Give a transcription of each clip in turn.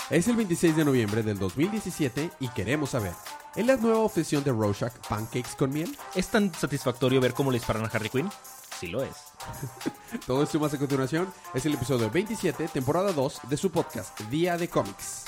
Es el 26 de noviembre del 2017 y queremos saber, ¿es la nueva obsesión de Rorschach pancakes con miel? ¿Es tan satisfactorio ver cómo le disparan a Harley Quinn? Sí lo es. Todo esto y más a continuación es el episodio 27, temporada 2 de su podcast Día de Cómics.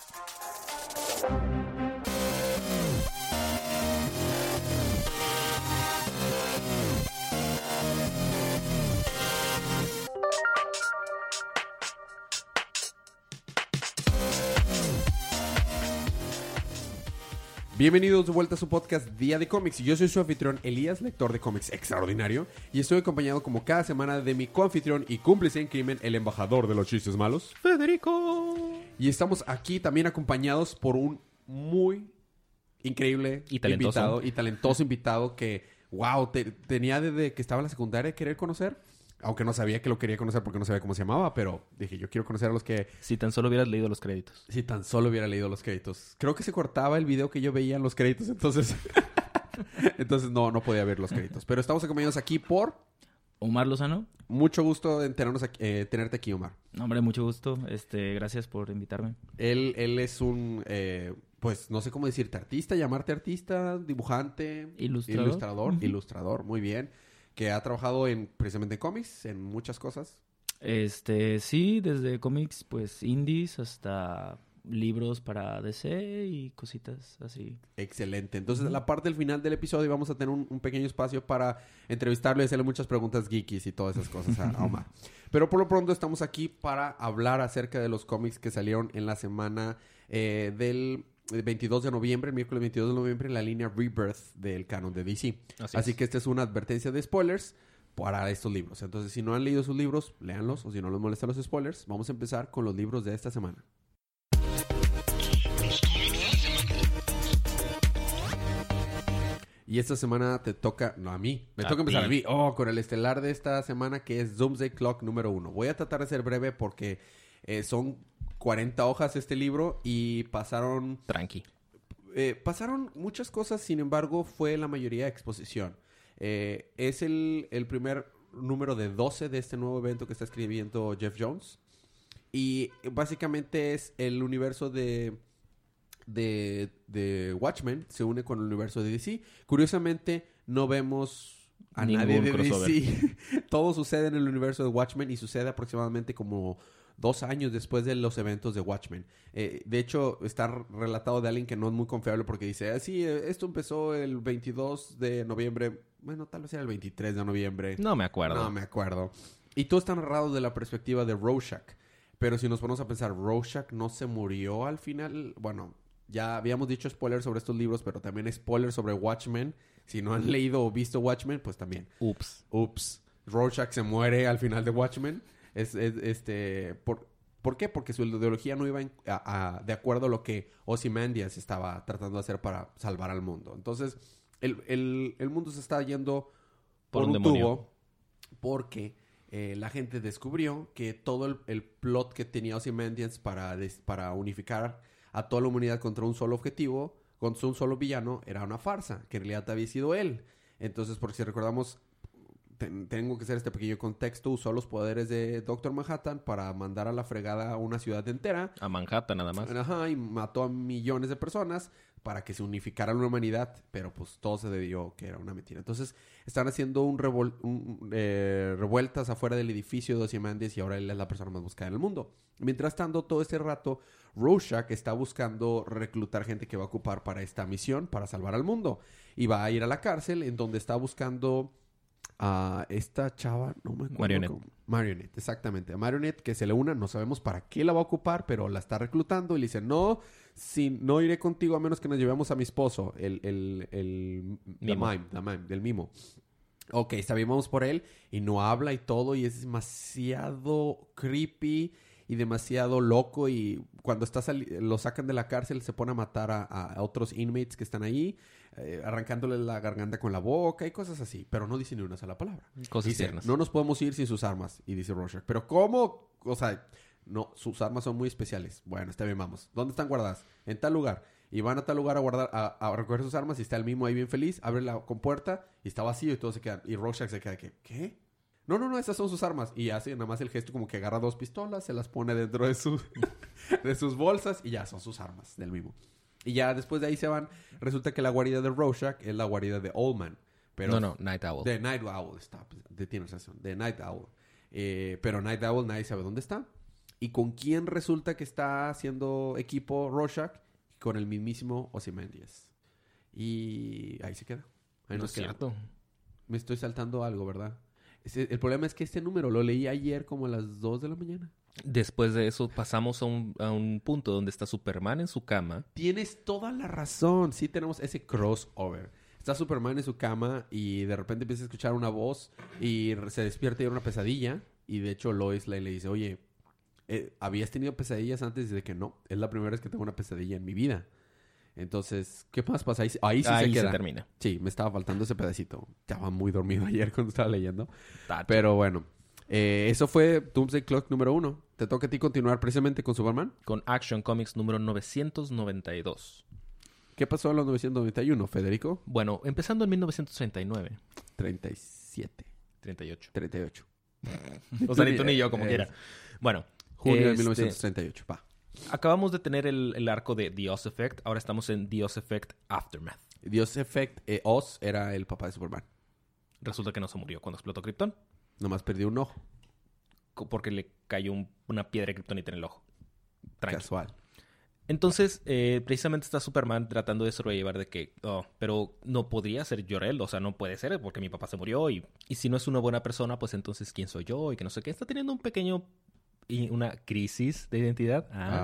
Bienvenidos de vuelta a su podcast Día de Cómics. Yo soy su anfitrión Elías, lector de cómics extraordinario, y estoy acompañado como cada semana de mi coanfitrión y cómplice en crimen, el embajador de los chistes malos, Federico. Y estamos aquí también acompañados por un muy increíble Y talentoso. talentoso invitado que, wow, tenía desde que estaba en la secundaria querer conocer. Aunque no sabía que lo quería conocer porque no sabía cómo se llamaba, pero dije, yo quiero conocer a los que... Si tan solo hubieras leído los créditos. Si tan solo hubiera leído los créditos. Creo que se cortaba el video que yo veía en los créditos, entonces... entonces no podía ver los créditos. Pero estamos acompañados aquí por... Omar Lozano. Mucho gusto en tenerte aquí, Omar. No, hombre, mucho gusto. Gracias por invitarme. Él es un... pues no sé cómo decirte, llamarte artista, dibujante... Ilustrador, muy bien. Que ha trabajado precisamente en cómics, en muchas cosas. Sí, desde cómics, pues, indies hasta libros para DC y cositas así. Excelente. Entonces, en la parte del final del episodio vamos a tener un pequeño espacio para entrevistarlo y hacerle muchas preguntas geekies y todas esas cosas a Omar. Pero por lo pronto estamos aquí para hablar acerca de los cómics que salieron en la semana del 22 de noviembre, miércoles 22 de noviembre, en la línea Rebirth del canon de DC. Así que esta es una advertencia de spoilers para estos libros. Entonces, si no han leído sus libros, léanlos, o si no les molestan los spoilers, vamos a empezar con los libros de esta semana. Y esta semana te toca... No, a mí. Me toca empezar a mí. Con el estelar de esta semana, que es Doomsday Clock número 1. Voy a tratar de ser breve porque son 40 hojas este libro y pasaron... Tranqui. Pasaron muchas cosas, sin embargo, fue la mayoría exposición. Es el primer número de 12 de este nuevo evento que está escribiendo Jeff Jones. Y básicamente es el universo de Watchmen se une con el universo de DC. Curiosamente, no vemos a nadie de crossover. DC. Todo sucede en el universo de Watchmen y sucede aproximadamente como 2 años después de los eventos de Watchmen. De hecho, está relatado de alguien que no es muy confiable porque dice, esto empezó el 22 de noviembre. Bueno, tal vez era el 23 de noviembre. No me acuerdo. Y todo está narrado de la perspectiva de Rorschach. Pero si nos ponemos a pensar, Rorschach no se murió al final. Bueno, ya habíamos dicho spoilers sobre estos libros, pero también spoilers sobre Watchmen. Si no han leído o visto Watchmen, pues también. Ups. Rorschach se muere al final de Watchmen. ¿Por qué? Porque su ideología no iba de acuerdo a lo que Ozymandias estaba tratando de hacer para salvar al mundo. Entonces, el mundo se está yendo por un tubo porque la gente descubrió que todo el plot que tenía Ozymandias para unificar a toda la humanidad contra un solo objetivo, contra un solo villano, era una farsa, que en realidad había sido él. Entonces, porque si recordamos, tengo que hacer este pequeño contexto, usó los poderes de Doctor Manhattan para mandar a la fregada a una ciudad entera. A Manhattan nada más. Ajá, y mató a millones de personas para que se unificara la humanidad, pero pues todo se debió que era una mentira. Entonces, están haciendo revueltas afuera del edificio de Ozymandias y ahora él es la persona más buscada en el mundo. Mientras tanto, todo este rato, Rorschach está buscando reclutar gente que va a ocupar para esta misión, para salvar al mundo. Y va a ir a la cárcel en donde está buscando a esta chava, no me acuerdo. Marionette, exactamente. A Marionette que se le una, no sabemos para qué la va a ocupar, pero la está reclutando y le dice, no iré contigo a menos que nos llevemos a mi esposo, el mime, del mimo. Ok, está bien, vamos por él. Y no habla y todo, y es demasiado creepy y demasiado loco. Y cuando lo sacan de la cárcel, se pone a matar a otros inmates que están ahí, arrancándole la garganta con la boca y cosas así. Pero no dice ni una sola palabra. Cosas dice, tiernas. no nos podemos ir sin sus armas. Y dice Rorschach, ¿pero cómo? O sea, no, sus armas son muy especiales. Bueno, está bien, vamos. ¿Dónde están guardadas? En tal lugar. Y van a tal lugar a recoger sus armas y está el mismo ahí bien feliz. Abre la compuerta y está vacío y todos se quedan. Y Rorschach se queda que, ¿qué? No, esas son sus armas. Y hace nada más el gesto como que agarra 2 pistolas, se las pone dentro de, de sus bolsas y ya son sus armas del mismo. Y ya después de ahí se van. Resulta que la guarida de Rorschach es la guarida de Old Man. Pero No, Night Owl. De Night Owl, tienes razón. De Night Owl. Pero Night Owl nadie sabe dónde está. ¿Y con quién resulta que está haciendo equipo Rorschach? Con el mismísimo Ozymandias. Y ahí se queda. Ahí No nos es quedamos. cierto. Me estoy saltando algo, ¿verdad? El problema es que este número lo leí ayer como a las 2 de la mañana. Después de eso pasamos a un punto donde está Superman en su cama. Tienes toda la razón. Sí tenemos ese crossover. Está Superman en su cama y de repente empieza a escuchar una voz y se despierta y era una pesadilla. Y de hecho Lois Lane le dice, oye, ¿habías tenido pesadillas antes? Y dice que no. Es la primera vez que tengo una pesadilla en mi vida. Entonces, ¿qué más pasa? Ahí sí se queda. Se termina. Sí, me estaba faltando ese pedacito. Estaba muy dormido ayer cuando estaba leyendo. Tacho. Pero bueno, eso fue Doomsday Clock número 1. Te toca a ti continuar precisamente con Superman. Con Action Comics número 992. ¿Qué pasó en los 991, Federico? Bueno, empezando en 1939. 37. 38. O O sea, ni tú ni yo, como quiera. Bueno. Junio de 1938, va. Acabamos de tener el arco de The Oz Effect. Ahora estamos en The Oz Effect Aftermath. Dios Effect, Oz era el papá de Superman. Resulta que no se murió cuando explotó Krypton. Nomás perdió un ojo. Porque le cayó una piedra de Kryptonita en el ojo. Tranqui. Casual. Entonces, precisamente está Superman tratando de sobrellevar de que, pero no podría ser Jor-El, o sea, no puede ser porque mi papá se murió y si no es una buena persona, pues entonces ¿quién soy yo? Y que no sé qué. Está teniendo una crisis de identidad.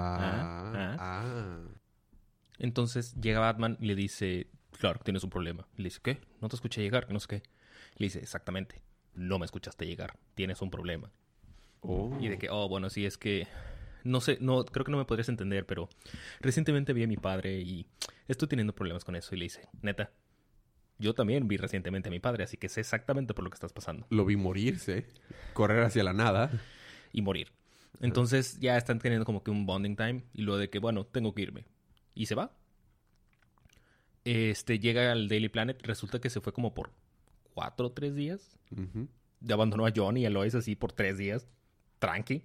Entonces llega Batman y le dice, claro, tienes un problema. Y le dice, ¿qué? No te escuché llegar, que no sé qué. Y le dice, exactamente, no me escuchaste llegar, tienes un problema. Y de que, bueno, sí, es que... No sé, creo que no me podrías entender, pero recientemente vi a mi padre y estoy teniendo problemas con eso. Y le dice, neta, yo también vi recientemente a mi padre, así que sé exactamente por lo que estás pasando. Lo vi morirse, correr hacia la nada. Y morir. Entonces ya están teniendo como que un bonding time y luego de que, bueno, tengo que irme. Y se va. Llega al Daily Planet, resulta que se fue como por 4 o 3 días. Uh-huh. Abandonó a John y a Lois así por 3 días. Tranqui.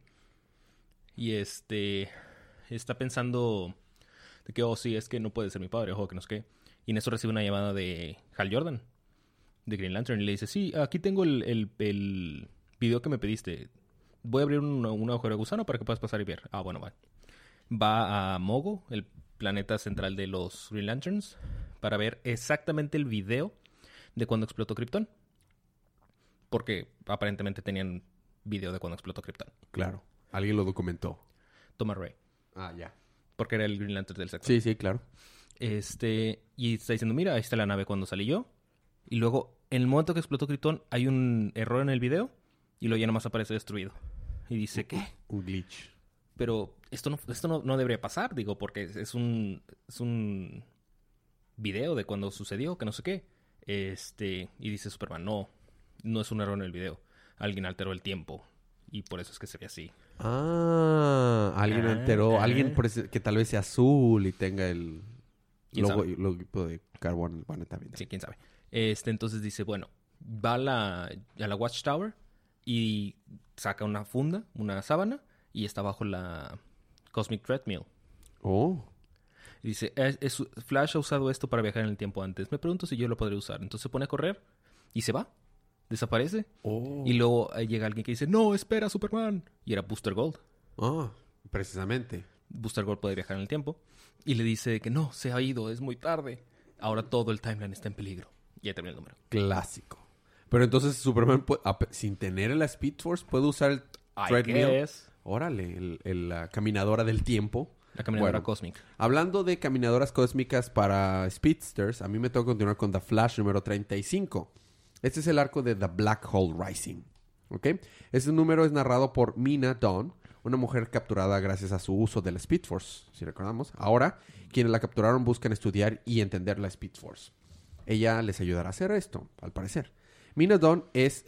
Y está pensando de que, sí, es que no puede ser mi padre, ojo, que no sé qué. Y en eso recibe una llamada de Hal Jordan, de Green Lantern, y le dice, sí, aquí tengo el video que me pediste. Voy a abrir un agujero de gusano para que puedas pasar y ver. Bueno, va. Va a Mogo, el planeta central de los Green Lanterns, para ver exactamente el video de cuando explotó Krypton. Porque aparentemente tenían video de cuando explotó Krypton. Claro. Alguien lo documentó. Thomas Ray. Ya. Porque era el Green Lantern del sector. Sí, claro. Y está diciendo, mira, ahí está la nave cuando salí yo. Y luego, en el momento que explotó Krypton, hay un error en el video. Y luego ya nomás aparece destruido. Y dice, ¿qué? Un glitch. Pero esto no debería pasar, digo, porque es un video de cuando sucedió, que no sé qué. Y dice Superman, no es un error en el video. Alguien alteró el tiempo. Y por eso es que se ve así. Alguien alteró. Alguien que tal vez sea azul y tenga el logo de carbón. Bueno, también. Sí, quién sabe. Entonces dice, bueno, va a la Watchtower y saca una funda, una sábana, y está bajo la Cosmic Treadmill. Y dice, Flash ha usado esto para viajar en el tiempo antes. Me pregunto si yo lo podré usar. Entonces se pone a correr y se va. Desaparece. Y luego llega alguien que dice, no, espera, Superman. Y era Booster Gold. Precisamente. Booster Gold puede viajar en el tiempo. Y le dice que no, se ha ido, es muy tarde. Ahora todo el timeline está en peligro. Y ya termina el número. Clásico. Pero entonces Superman, sin tener la Speed Force, puede usar el treadmill. Órale, la caminadora del tiempo. La caminadora cósmica. Hablando de caminadoras cósmicas para Speedsters, a mí me toca continuar con The Flash número 35. Este es el arco de The Black Hole Rising. ¿Ok? Este número es narrado por Mina Dawn, una mujer capturada gracias a su uso de la Speed Force, si recordamos. Ahora, quienes la capturaron buscan estudiar y entender la Speed Force. Ella les ayudará a hacer esto, al parecer. Mina Dawn es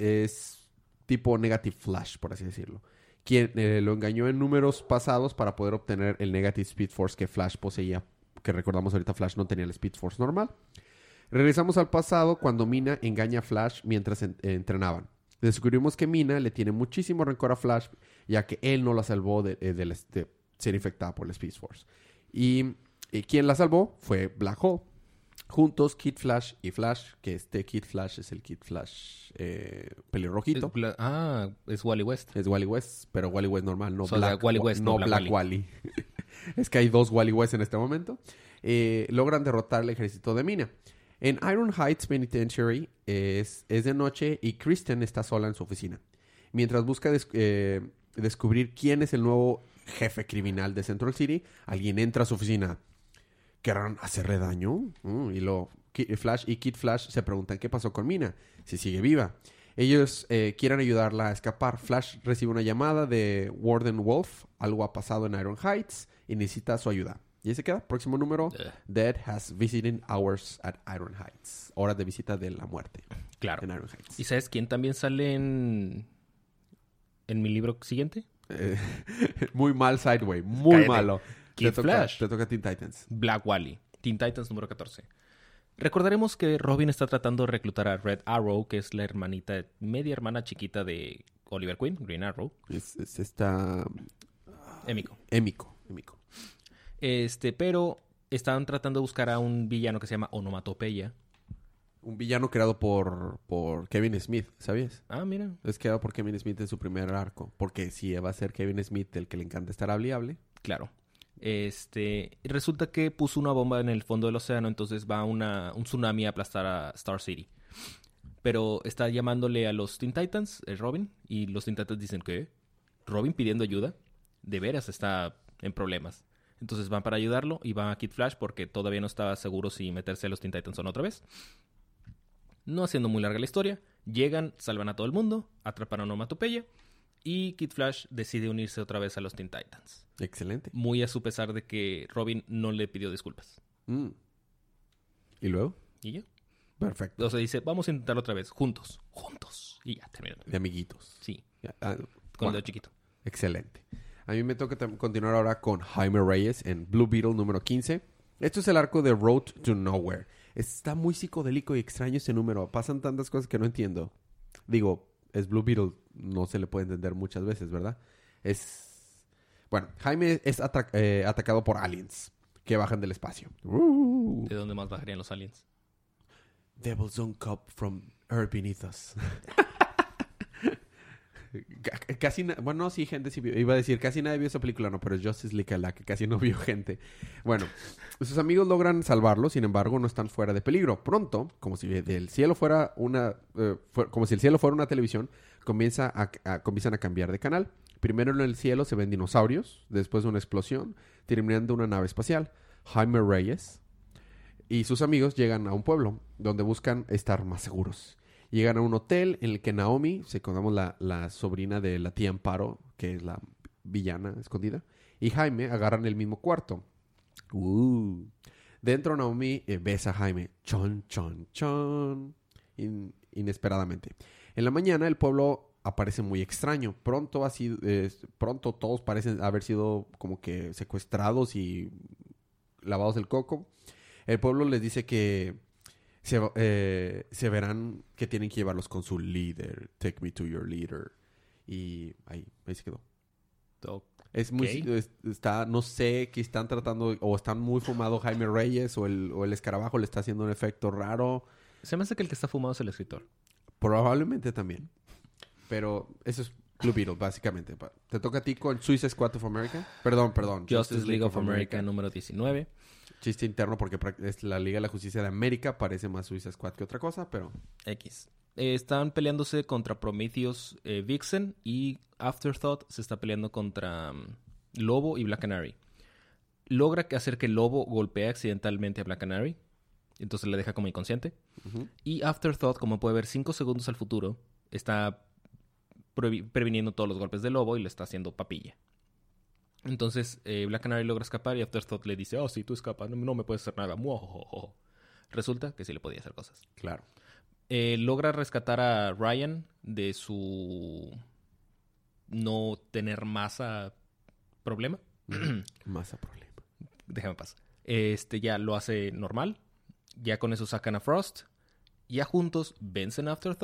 tipo Negative Flash, por así decirlo. Quien lo engañó en números pasados para poder obtener el Negative Speed Force que Flash poseía. Que recordamos ahorita, Flash no tenía el Speed Force normal. Regresamos al pasado cuando Mina engaña a Flash mientras entrenaban. Descubrimos que Mina le tiene muchísimo rencor a Flash, ya que él no la salvó de ser infectada por la Speed Force. Y quien la salvó fue Black Hole. Juntos, Kid Flash y Flash, que Kid Flash es el Kid Flash pelirrojito. Es Wally West. Es Wally West, pero Wally West normal, no Black Wally West, no Black Wally. Es que hay 2 Wally West en este momento. Logran derrotar al ejército de Mina. En Iron Heights Penitentiary es de noche y Kristen está sola en su oficina. Mientras busca descubrir quién es el nuevo jefe criminal de Central City, alguien entra a su oficina. ¿Querrán hacerle daño? Flash y Kid Flash se preguntan qué pasó con Mina, si sigue viva. Ellos quieren ayudarla a escapar. Flash recibe una llamada de Warden Wolf. Algo ha pasado en Iron Heights y necesita su ayuda. Y ahí se queda. Próximo número. Dead has visiting hours at Iron Heights. Horas de visita de la muerte. Claro. En Iron Heights. ¿Y sabes quién también sale en mi libro siguiente? Muy mal Sideway. Muy Cállate. malo. Kid Flash. Te toca Teen Titans. Black Wally. Teen Titans número 14. Recordaremos que Robin está tratando de reclutar a Red Arrow, que es la media hermana chiquita de Oliver Queen, Green Arrow. Es esta... Emiko. Pero están tratando de buscar a un villano que se llama Onomatopeya. Un villano creado por Kevin Smith, ¿sabías? Ah, mira. Es creado por Kevin Smith en su primer arco. Porque si va a ser Kevin Smith el que le encanta estar hable. Claro. Resulta que puso una bomba en el fondo del océano, entonces va un tsunami a aplastar a Star City. Pero está llamándole a los Teen Titans, Robin, y los Teen Titans dicen que Robin pidiendo ayuda, de veras está en problemas. Entonces van para ayudarlo y van a Kid Flash porque todavía no estaba seguro si meterse a los Teen Titans o no otra vez. No haciendo muy larga la historia, llegan, salvan a todo el mundo, atrapan a Onomatopeya y Kid Flash decide unirse otra vez a los Teen Titans. Excelente. Muy a su pesar de que Robin no le pidió disculpas. ¿Y luego? ¿Y ya? Perfecto. O sea, dice, vamos a intentarlo otra vez, juntos. Y ya, terminó. De amiguitos. Sí, Con con el dedo chiquito. Excelente. A mí me toca continuar ahora con Jaime Reyes en Blue Beetle número 15. Esto es el arco de Road to Nowhere. Está muy psicodélico y extraño ese número. Pasan tantas cosas que no entiendo. Digo, es Blue Beetle. No se le puede entender muchas veces, ¿verdad? Bueno, Jaime es atacado por aliens que bajan del espacio. ¿De dónde más bajarían los aliens? Devils don't come from earth beneath us. Casi bueno, sí, gente sí vio. Iba a decir, casi nadie vio esa película, no, pero es Justice League la que casi no vio gente. Bueno, sus amigos logran salvarlo, sin embargo, no están fuera de peligro. Pronto, como si el cielo fuera una televisión, comienzan a cambiar de canal. Primero en el cielo se ven dinosaurios, después de una explosión, terminando una nave espacial. Jaime Reyes y sus amigos llegan a un pueblo donde buscan estar más seguros. Llegan a un hotel en el que Naomi, recordamos la sobrina de la tía Amparo, que es la villana escondida, y Jaime agarran el mismo cuarto. Dentro Naomi besa a Jaime. Chon, chon, chon. Inesperadamente. En la mañana el pueblo aparece muy extraño. Pronto todos parecen haber sido como que secuestrados y lavados del coco. El pueblo les dice que se verán que tienen que llevarlos con su líder. Take me to your leader. Y ahí se quedó. Es muy... no sé qué están tratando... O están muy fumado Jaime Reyes o el escarabajo le está haciendo un efecto raro. Se me hace que el que está fumado es el escritor. Probablemente también. Pero eso es Blue Beetle, básicamente. Te toca a ti con Suicide Squad of America. Perdón. Justice League of America número 19. Chiste interno porque es la Liga de la Justicia de América. Parece más Suicide Squad que otra cosa, pero... X. Están peleándose contra Prometheus, Vixen, y Afterthought se está peleando contra Lobo y Black Canary. Logra hacer que Lobo golpee accidentalmente a Black Canary. Entonces le deja como inconsciente. Uh-huh. Y Afterthought, como puede ver 5 segundos al futuro, está previniendo todos los golpes de Lobo y le está haciendo papilla. Entonces Black Canary logra escapar y Afterthought le dice, sí, tú escapas, no me puedes hacer nada. Muojojojo. Resulta que sí le podía hacer cosas. Claro. Logra rescatar a Ryan de su no tener masa problema. Masa problema. Déjame pasar. Ya lo hace normal. Ya con eso sacan a Frost. Ya juntos vencen a Afterthought.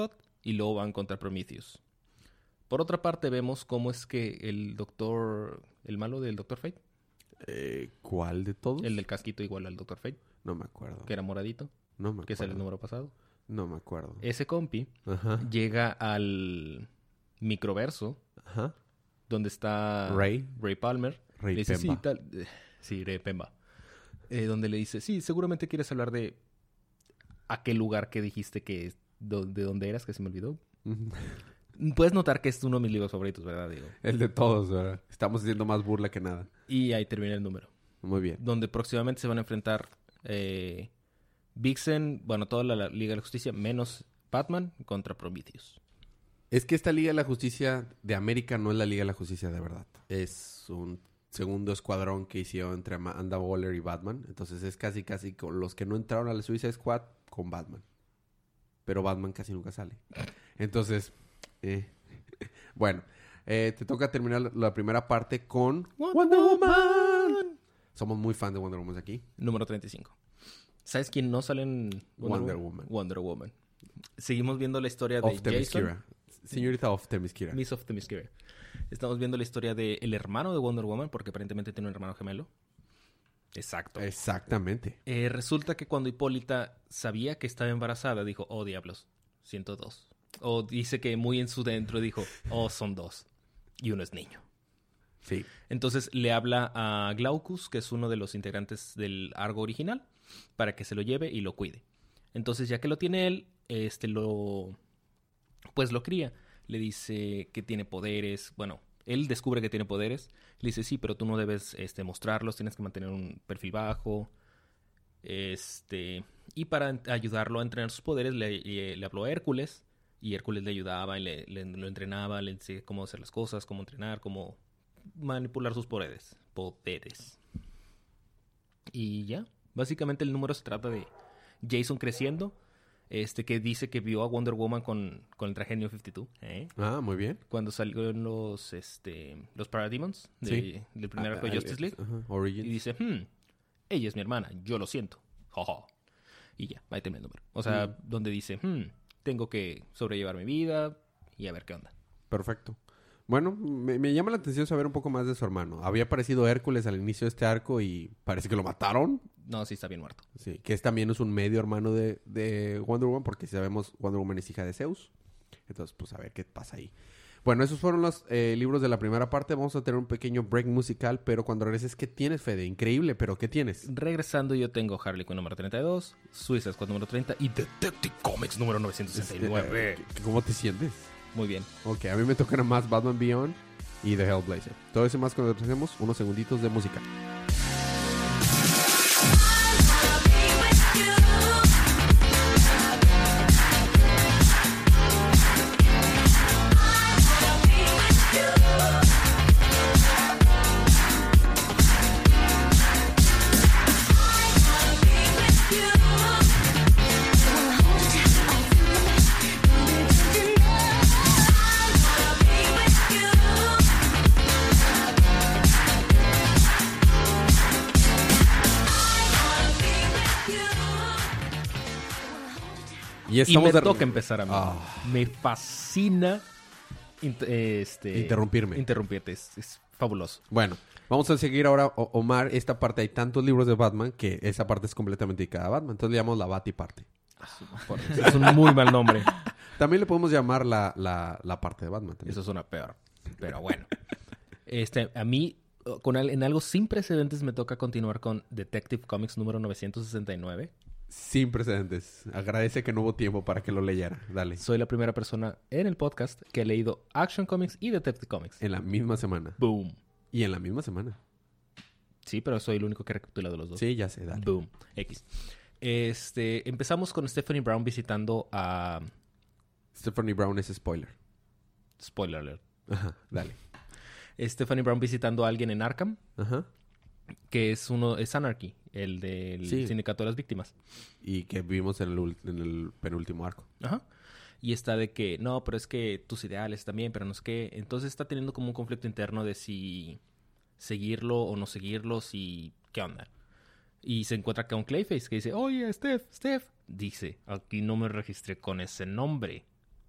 y luego van contra Prometheus. Por otra parte, vemos cómo es que el malo del Dr. Fate, ¿Cuál de todos? el del casquito igual al Dr. Fate, No me acuerdo. que era moradito, No me acuerdo. que es el número pasado. No me acuerdo. Ese compi Ajá. llega al microverso Ajá. donde está Ray Palmer. Ray Le dice, Pemba. sí, Ray Pemba. Donde le dice, sí, seguramente quieres hablar de aquel lugar que dijiste que de dónde eras, que se me olvidó. Puedes notar que es uno de mis libros favoritos, ¿verdad? Digo. El de todos, ¿verdad? Estamos haciendo más burla que nada. Y ahí termina el número. Muy bien. Donde próximamente se van a enfrentar Vixen, bueno, toda la Liga de la Justicia, menos Batman contra Prometheus. Es que esta Liga de la Justicia de América no es la Liga de la Justicia de verdad. Es un segundo escuadrón que hicieron entre Amanda Waller y Batman. Entonces es casi con los que no entraron a la Suicide Squad con Batman. Pero Batman casi nunca sale. Entonces, bueno, te toca terminar la primera parte con Wonder Woman. Somos muy fan de Wonder Woman aquí. Número 35. ¿Sabes quién no sale en Wonder Woman? Wonder Woman. Seguimos viendo la historia de Of Jason. Themyscira. Señorita of Themyscira. Miss of Themyscira. Estamos viendo la historia del hermano de Wonder Woman, porque aparentemente tiene un hermano gemelo. Exacto. Exactamente. Resulta que cuando Hipólita sabía que estaba embarazada, dijo, oh, diablos, 102. O dice que muy en su dentro dijo, oh, son 2. Y uno es niño. Sí. Entonces le habla a Glaucus, que es uno de los integrantes del Argo original, para que se lo lleve y lo cuide. Entonces, ya que lo tiene él, lo cría. Le dice que tiene poderes. Bueno, él descubre que tiene poderes. Le dice, sí, pero tú no debes mostrarlos. Tienes que mantener un perfil bajo. Y para ayudarlo a entrenar sus poderes, le habló a Hércules. Y Hércules le ayudaba y lo entrenaba. Le decía cómo hacer las cosas, cómo entrenar, cómo manipular sus poderes. Y ya. Básicamente el número se trata de Jason creciendo. Que dice que vio a Wonder Woman con el traje New 52. Ah, muy bien. Cuando salieron los Parademons Sí. del primer arco de Justice League. Origins. Y dice, ella es mi hermana, yo lo siento. Jaja. Y ya, ahí termina el número. O sea, donde dice, tengo que sobrellevar mi vida y a ver qué onda. Perfecto. Bueno, me llama la atención saber un poco más de su hermano. Había aparecido Hércules al inicio de este arco y parece que lo mataron. No, sí está bien muerto. Sí, que también es un medio hermano de Wonder Woman, porque si sabemos, Wonder Woman es hija de Zeus. Entonces, pues a ver qué pasa ahí. Bueno, esos fueron los libros de la primera parte. Vamos a tener un pequeño break musical, pero cuando regreses, ¿qué tienes, Fede? Increíble, pero ¿qué tienes? Regresando, yo tengo Harley Quinn número 32, Suicide Squad número 30 y Detective Comics número 969. ¿Cómo te sientes? Muy bien. Ok, a mí me tocan más Batman Beyond y The Hellblazer. Todo eso más cuando regresemos, unos segunditos de música. Y me toca empezar a mí. Me fascina interrumpirme. Interrumpirte. Es fabuloso. Bueno, vamos a seguir ahora, Omar. Esta parte, hay tantos libros de Batman que esa parte es completamente dedicada a Batman. Entonces le llamamos la Batiparte. Es un muy mal nombre. También le podemos llamar la parte de Batman. También. Eso suena peor. Pero bueno. A mí, en algo sin precedentes, me toca continuar con Detective Comics número 969. Sin precedentes. Agradece que no hubo tiempo para que lo leyera. Dale. Soy la primera persona en el podcast que ha leído Action Comics y Detective Comics. En la misma semana. Boom. Y en la misma semana. Sí, pero soy el único que ha recapitulado los dos. Sí, ya sé. Dale. Boom. X. Empezamos con Stephanie Brown visitando a... Stephanie Brown es spoiler. Spoiler alert. Ajá, dale. Stephanie Brown visitando a alguien en Arkham. Ajá. Que es Anarchy, el del Sindicato de las Víctimas. Y que vimos en el penúltimo arco. Ajá. Y está de que, no, pero es que tus ideales también, pero no es que... Entonces está teniendo como un conflicto interno de si seguirlo o no seguirlo, si... ¿Qué onda? Y se encuentra con Clayface que dice, oye, Steph. Dice, aquí no me registré con ese nombre.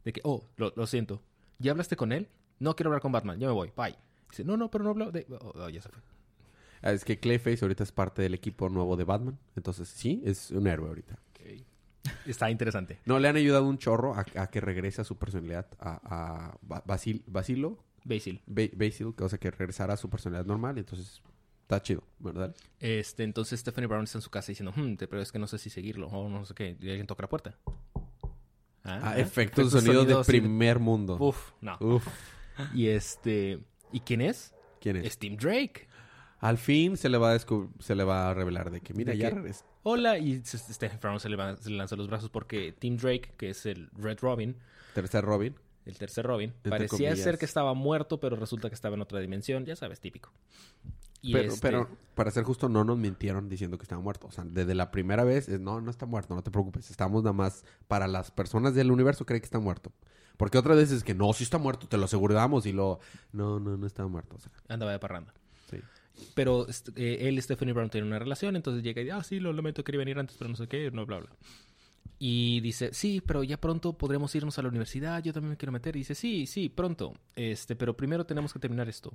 De que, lo siento. ¿Ya hablaste con él? No quiero hablar con Batman. Ya me voy. Bye. Dice, no, pero no hablo de... ya se fue. Es que Clayface ahorita es parte del equipo nuevo de Batman. Entonces, sí, es un héroe ahorita. Okay. Está interesante. No, le han ayudado un chorro a que regrese a su personalidad a Basil, o sea, que regresara a su personalidad normal. Entonces, está chido, ¿verdad? Entonces Stephanie Brown está en su casa diciendo, pero es que no sé si seguirlo o no sé qué. Y alguien toca la puerta. Efectos de sonido de primer mundo. No. Uf. Y ¿y quién es? ¿Quién es? Es Tim Drake. Al fin se le va a revelar de que, mira, ya regresa. Hola, y Stephen Brown se le lanza los brazos porque Tim Drake, que es el Red Robin. Tercer Robin. El tercer Robin. Entre Parecía comillas. ser que estaba muerto, pero resulta que estaba en otra dimensión. Ya sabes, típico. Y Pero, para ser justo, no nos mintieron diciendo que estaba muerto. O sea, desde la primera vez, no está muerto, no te preocupes. Estamos nada más, para las personas del universo, creen que está muerto. Porque otras veces es que, no, sí está muerto, te lo aseguramos. Y no está muerto. O sea. Andaba de parranda. Sí. Pero él y Stephanie Brown tienen una relación, entonces llega y dice, sí, lo lamento, quería venir antes, pero no sé qué, no, bla, bla. Y dice, sí, pero ya pronto podremos irnos a la universidad, yo también me quiero meter. Y dice, sí, pronto, pero primero tenemos que terminar esto.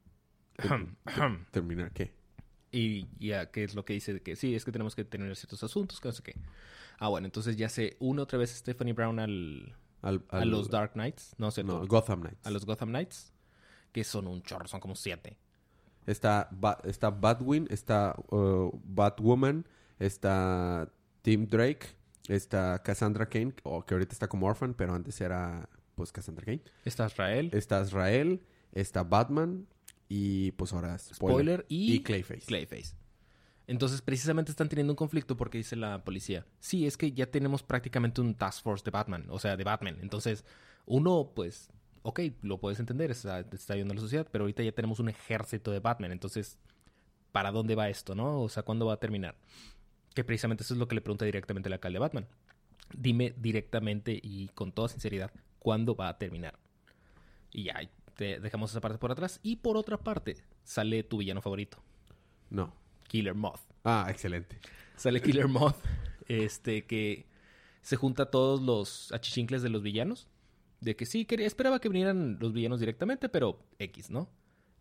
¿Terminar qué? Y ya, ¿qué es lo que dice? De que sí, es que tenemos que terminar ciertos asuntos, que no sé qué. Bueno, entonces ya se une otra vez Stephanie Brown a los Dark Knights. No, Gotham Knights. A los Gotham Knights, que son un chorro, son como 7. Está Batwing, está Batwoman, está Tim Drake, está Cassandra Cain, que ahorita está como Orphan, pero antes era, pues, Cassandra Cain. Está Azrael. Está Batman y, pues, ahora Spoiler y Clayface. Entonces, precisamente están teniendo un conflicto porque dice la policía, sí, es que ya tenemos prácticamente un task force de Batman, o sea, de Batman. Entonces, uno, pues... Ok, lo puedes entender, está ayudando a la sociedad, pero ahorita ya tenemos un ejército de Batman. Entonces, ¿para dónde va esto, no? O sea, ¿cuándo va a terminar? Que precisamente eso es lo que le pregunta directamente el alcalde Batman. Dime directamente y con toda sinceridad, ¿cuándo va a terminar? Y ya, te dejamos esa parte por atrás. Y por otra parte, sale tu villano favorito. No. Killer Moth. Excelente. Sale Killer Moth, que se junta a todos los achichincles de los villanos. De que sí, esperaba que vinieran los villanos directamente, pero X, ¿no?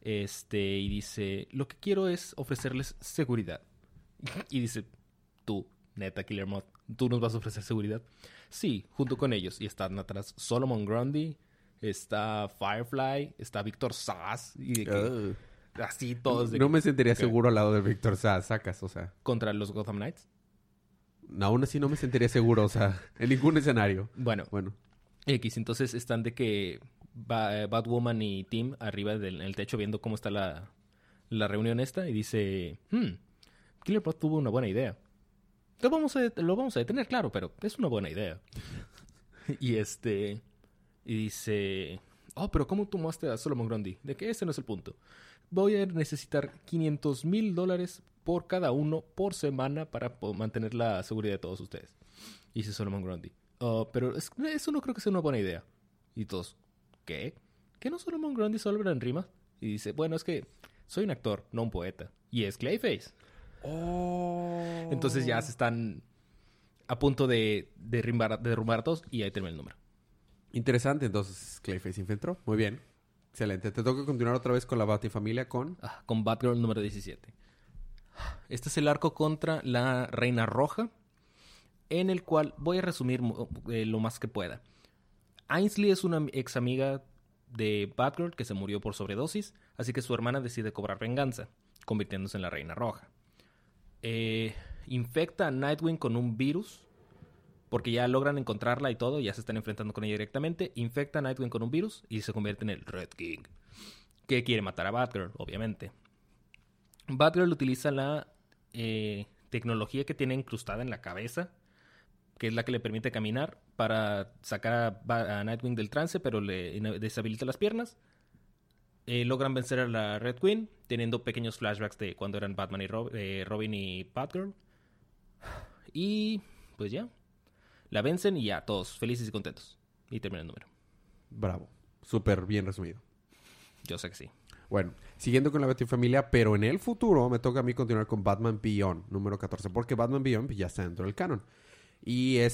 Y dice, lo que quiero es ofrecerles seguridad. Y dice, tú, neta, Killer Moth, ¿tú nos vas a ofrecer seguridad? Sí, junto con ellos. Y están atrás Solomon Grundy, está Firefly, está Víctor Sass. Y de que, así todos. No me sentiría seguro al lado de Víctor Sass, sacas, o sea. ¿Contra los Gotham Knights? Aún así no me sentiría seguro, o sea, en ningún escenario. Bueno. X, entonces están de que Batwoman y Tim arriba en el techo viendo cómo está la reunión esta y dice, Killer Moth tuvo una buena idea. Lo vamos a detener, claro, pero es una buena idea. y dice, pero ¿cómo tomaste a Solomon Grundy? De que ese no es el punto. Voy a necesitar $500,000 por cada uno por semana para mantener la seguridad de todos ustedes. Y dice Solomon Grundy. Pero eso no creo que sea una buena idea. Y todos, ¿qué? ¿Que no Solomon Grundy solo habla en rimas? Y dice, bueno, es que soy un actor, no un poeta. Y es Clayface. Entonces ya se están a punto de derrumbar a todos y ahí termina el número. Interesante, entonces Clayface infiltró. Muy bien. Excelente. Te toca continuar otra vez con la Batifamilia con Batgirl número 17. Este es el arco contra la Reina Roja, en el cual voy a resumir lo más que pueda. Ainsley es una ex amiga de Batgirl que se murió por sobredosis, así que su hermana decide cobrar venganza, convirtiéndose en la Reina Roja. Infecta a Nightwing con un virus, porque ya logran encontrarla y todo, ya se están enfrentando con ella directamente. Infecta a Nightwing con un virus y se convierte en el Red King, que quiere matar a Batgirl, obviamente. Batgirl utiliza la tecnología que tiene incrustada en la cabeza, que es la que le permite caminar, para sacar a Nightwing del trance, pero le deshabilita las piernas. Logran vencer a la Red Queen, teniendo pequeños flashbacks de cuando eran Batman y Robin y Batgirl. Y pues ya, la vencen y ya, todos felices y contentos. Y termina el número. Bravo. Súper bien resumido. Yo sé que sí. Bueno, siguiendo con la Batifamilia, pero en el futuro me toca a mí continuar con Batman Beyond, número 14, porque Batman Beyond ya está dentro del canon. Y es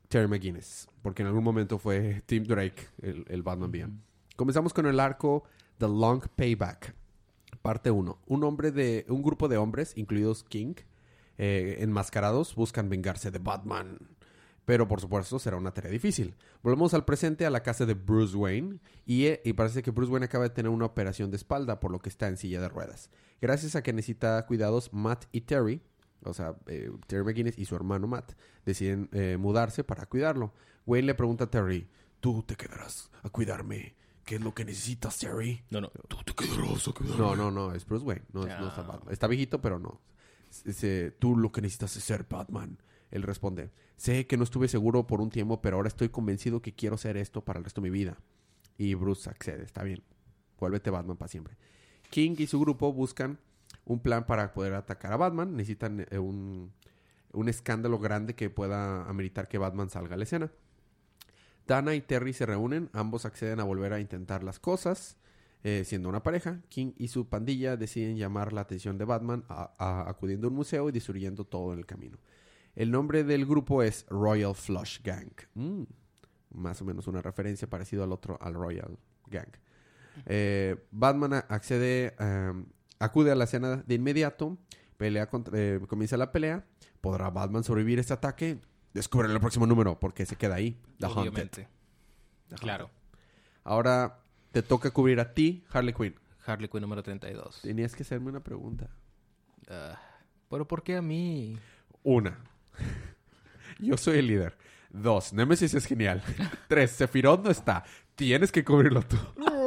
Terry McGinnis, porque en algún momento fue Tim Drake, el Batman bien. Comenzamos con el arco The Long Payback, parte 1. Un grupo de hombres, incluidos King, enmascarados, buscan vengarse de Batman. Pero, por supuesto, será una tarea difícil. Volvemos al presente, a la casa de Bruce Wayne. Y parece que Bruce Wayne acaba de tener una operación de espalda, por lo que está en silla de ruedas. Gracias a que necesita cuidados, Matt y Terry, o sea, Terry McGinnis y su hermano Matt, deciden mudarse para cuidarlo. Wayne le pregunta a Terry, ¿tú te quedarás a cuidarme? ¿Qué es lo que necesitas, Terry? No. ¿Tú te quedarás a cuidarme? No, es Bruce Wayne. No está Batman. Está viejito, pero no. Tú lo que necesitas es ser Batman. Él responde, sé que no estuve seguro por un tiempo, pero ahora estoy convencido que quiero hacer esto para el resto de mi vida. Y Bruce accede, está bien. Vuélvete Batman para siempre. King y su grupo buscan un plan para poder atacar a Batman. Necesitan un escándalo grande que pueda ameritar que Batman salga a la escena. Dana y Terry se reúnen. Ambos acceden a volver a intentar las cosas. Siendo una pareja, King y su pandilla deciden llamar la atención de Batman acudiendo a un museo y destruyendo todo en el camino. El nombre del grupo es Royal Flush Gang. Más o menos una referencia parecida al Royal Gang. Batman acude a la escena de inmediato. Comienza la pelea. ¿Podrá Batman sobrevivir a este ataque? Descubre en el próximo número, porque se queda ahí. Obviamente. Claro. Ahora te toca cubrir a ti, Harley Quinn. Harley Quinn número 32. Tenías que hacerme una pregunta. ¿Pero por qué a mí? 1. Yo soy el líder. 2. Nemesis es genial. 3. Sephiroth no está. Tienes que cubrirlo tú.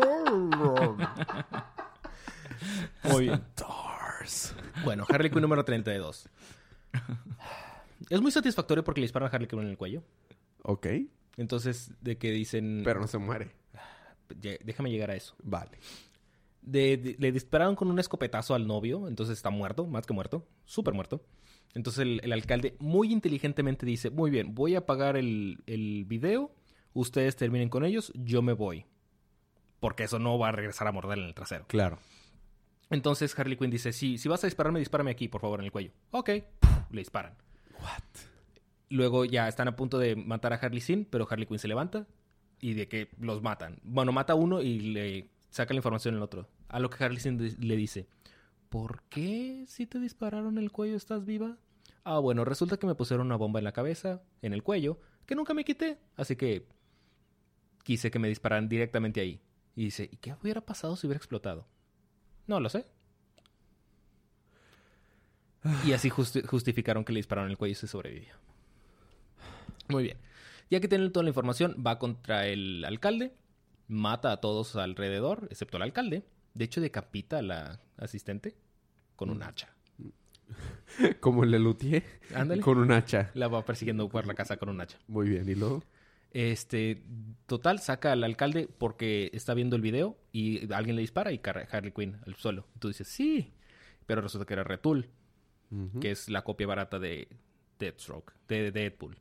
Muy bien. Bueno, Harley Quinn número 32. Es muy satisfactorio porque le disparan a Harley Quinn en el cuello. Ok. Entonces, de que dicen... Pero no se muere. Déjame llegar a eso. Vale. Le dispararon con un escopetazo al novio. Entonces está muerto, más que muerto. Súper muerto. Entonces el alcalde muy inteligentemente dice, muy bien, voy a apagar el video, ustedes terminen con ellos, yo me voy. Porque eso no va a regresar a morder en el trasero. Claro. Entonces Harley Quinn dice, si vas a dispararme, dispárame aquí, por favor, en el cuello. Ok. Le disparan. What? Luego ya están a punto de matar a Harley Quinn, pero Harley Quinn se levanta y de que los matan. Bueno, mata a uno y le saca la información al otro. A lo que Harley Quinn le dice... ¿Por qué si te dispararon en el cuello estás viva? Bueno, resulta que me pusieron una bomba en la cabeza, en el cuello, que nunca me quité. Así que quise que me dispararan directamente ahí. Y dice, ¿y qué hubiera pasado si hubiera explotado? No lo sé. Y así justificaron que le dispararon en el cuello y se sobrevivió. Muy bien. Ya que tienen toda la información, va contra el alcalde, mata a todos alrededor, excepto al alcalde. De hecho, decapita a la asistente con un hacha. Como el Lelutier. Ándale. Con un hacha. La va persiguiendo por la casa con un hacha. Muy bien, ¿y luego? Total, saca al alcalde porque está viendo el video y alguien le dispara y cae Harley Quinn al suelo. Y tú dices, sí. Pero resulta que era Retul, que es la copia barata de Deathstroke, de Deadpool.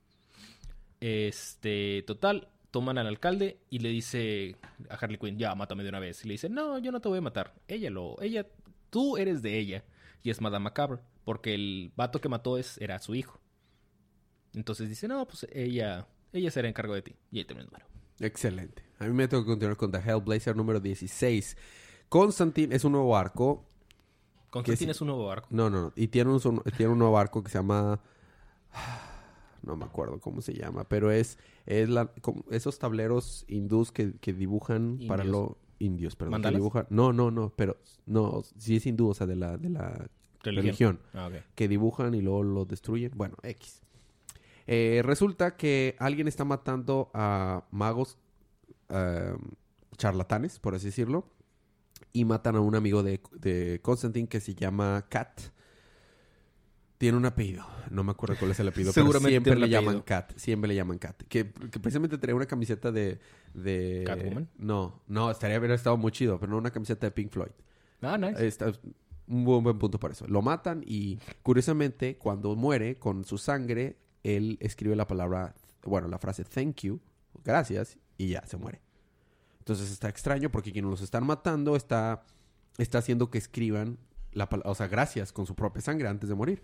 Total, toman al alcalde y le dice a Harley Quinn, ya, mátame de una vez. Y le dice, no, yo no te voy a matar. Tú eres de ella. Y es Madame Macabre, porque el vato que mató era su hijo. Entonces dice, no, pues ella será en cargo de ti. Y ahí termina el número. Excelente. A mí me tengo que continuar con The Hellblazer número 16. Constantine es un nuevo arco. ¿Constantine es un nuevo arco? No. Y tiene un nuevo arco que se llama... No me acuerdo cómo se llama, pero es esos tableros hindús que dibujan indios. Para los indios, perdón. ¿Mandalas? Que dibujan, no, pero no, sí es hindú, o sea, de la religión. Okay. Que dibujan y luego lo destruyen. Bueno, X. Resulta que alguien está matando a magos charlatanes, por así decirlo, y matan a un amigo de Constantine que se llama Kat. Tiene un apellido. No me acuerdo cuál es el apellido. Seguramente pero siempre le apellido. llaman Kat. Siempre le llaman Kat. Que precisamente traía una camiseta de... ¿Catwoman? No, hubiera estado muy chido. Pero no una camiseta de Pink Floyd. Nice. Está un buen punto para eso. Lo matan y, curiosamente, cuando muere, con su sangre, él escribe la frase thank you, gracias, y ya, se muere. Entonces está extraño porque quienes los están matando está haciendo que escriban gracias con su propia sangre antes de morir.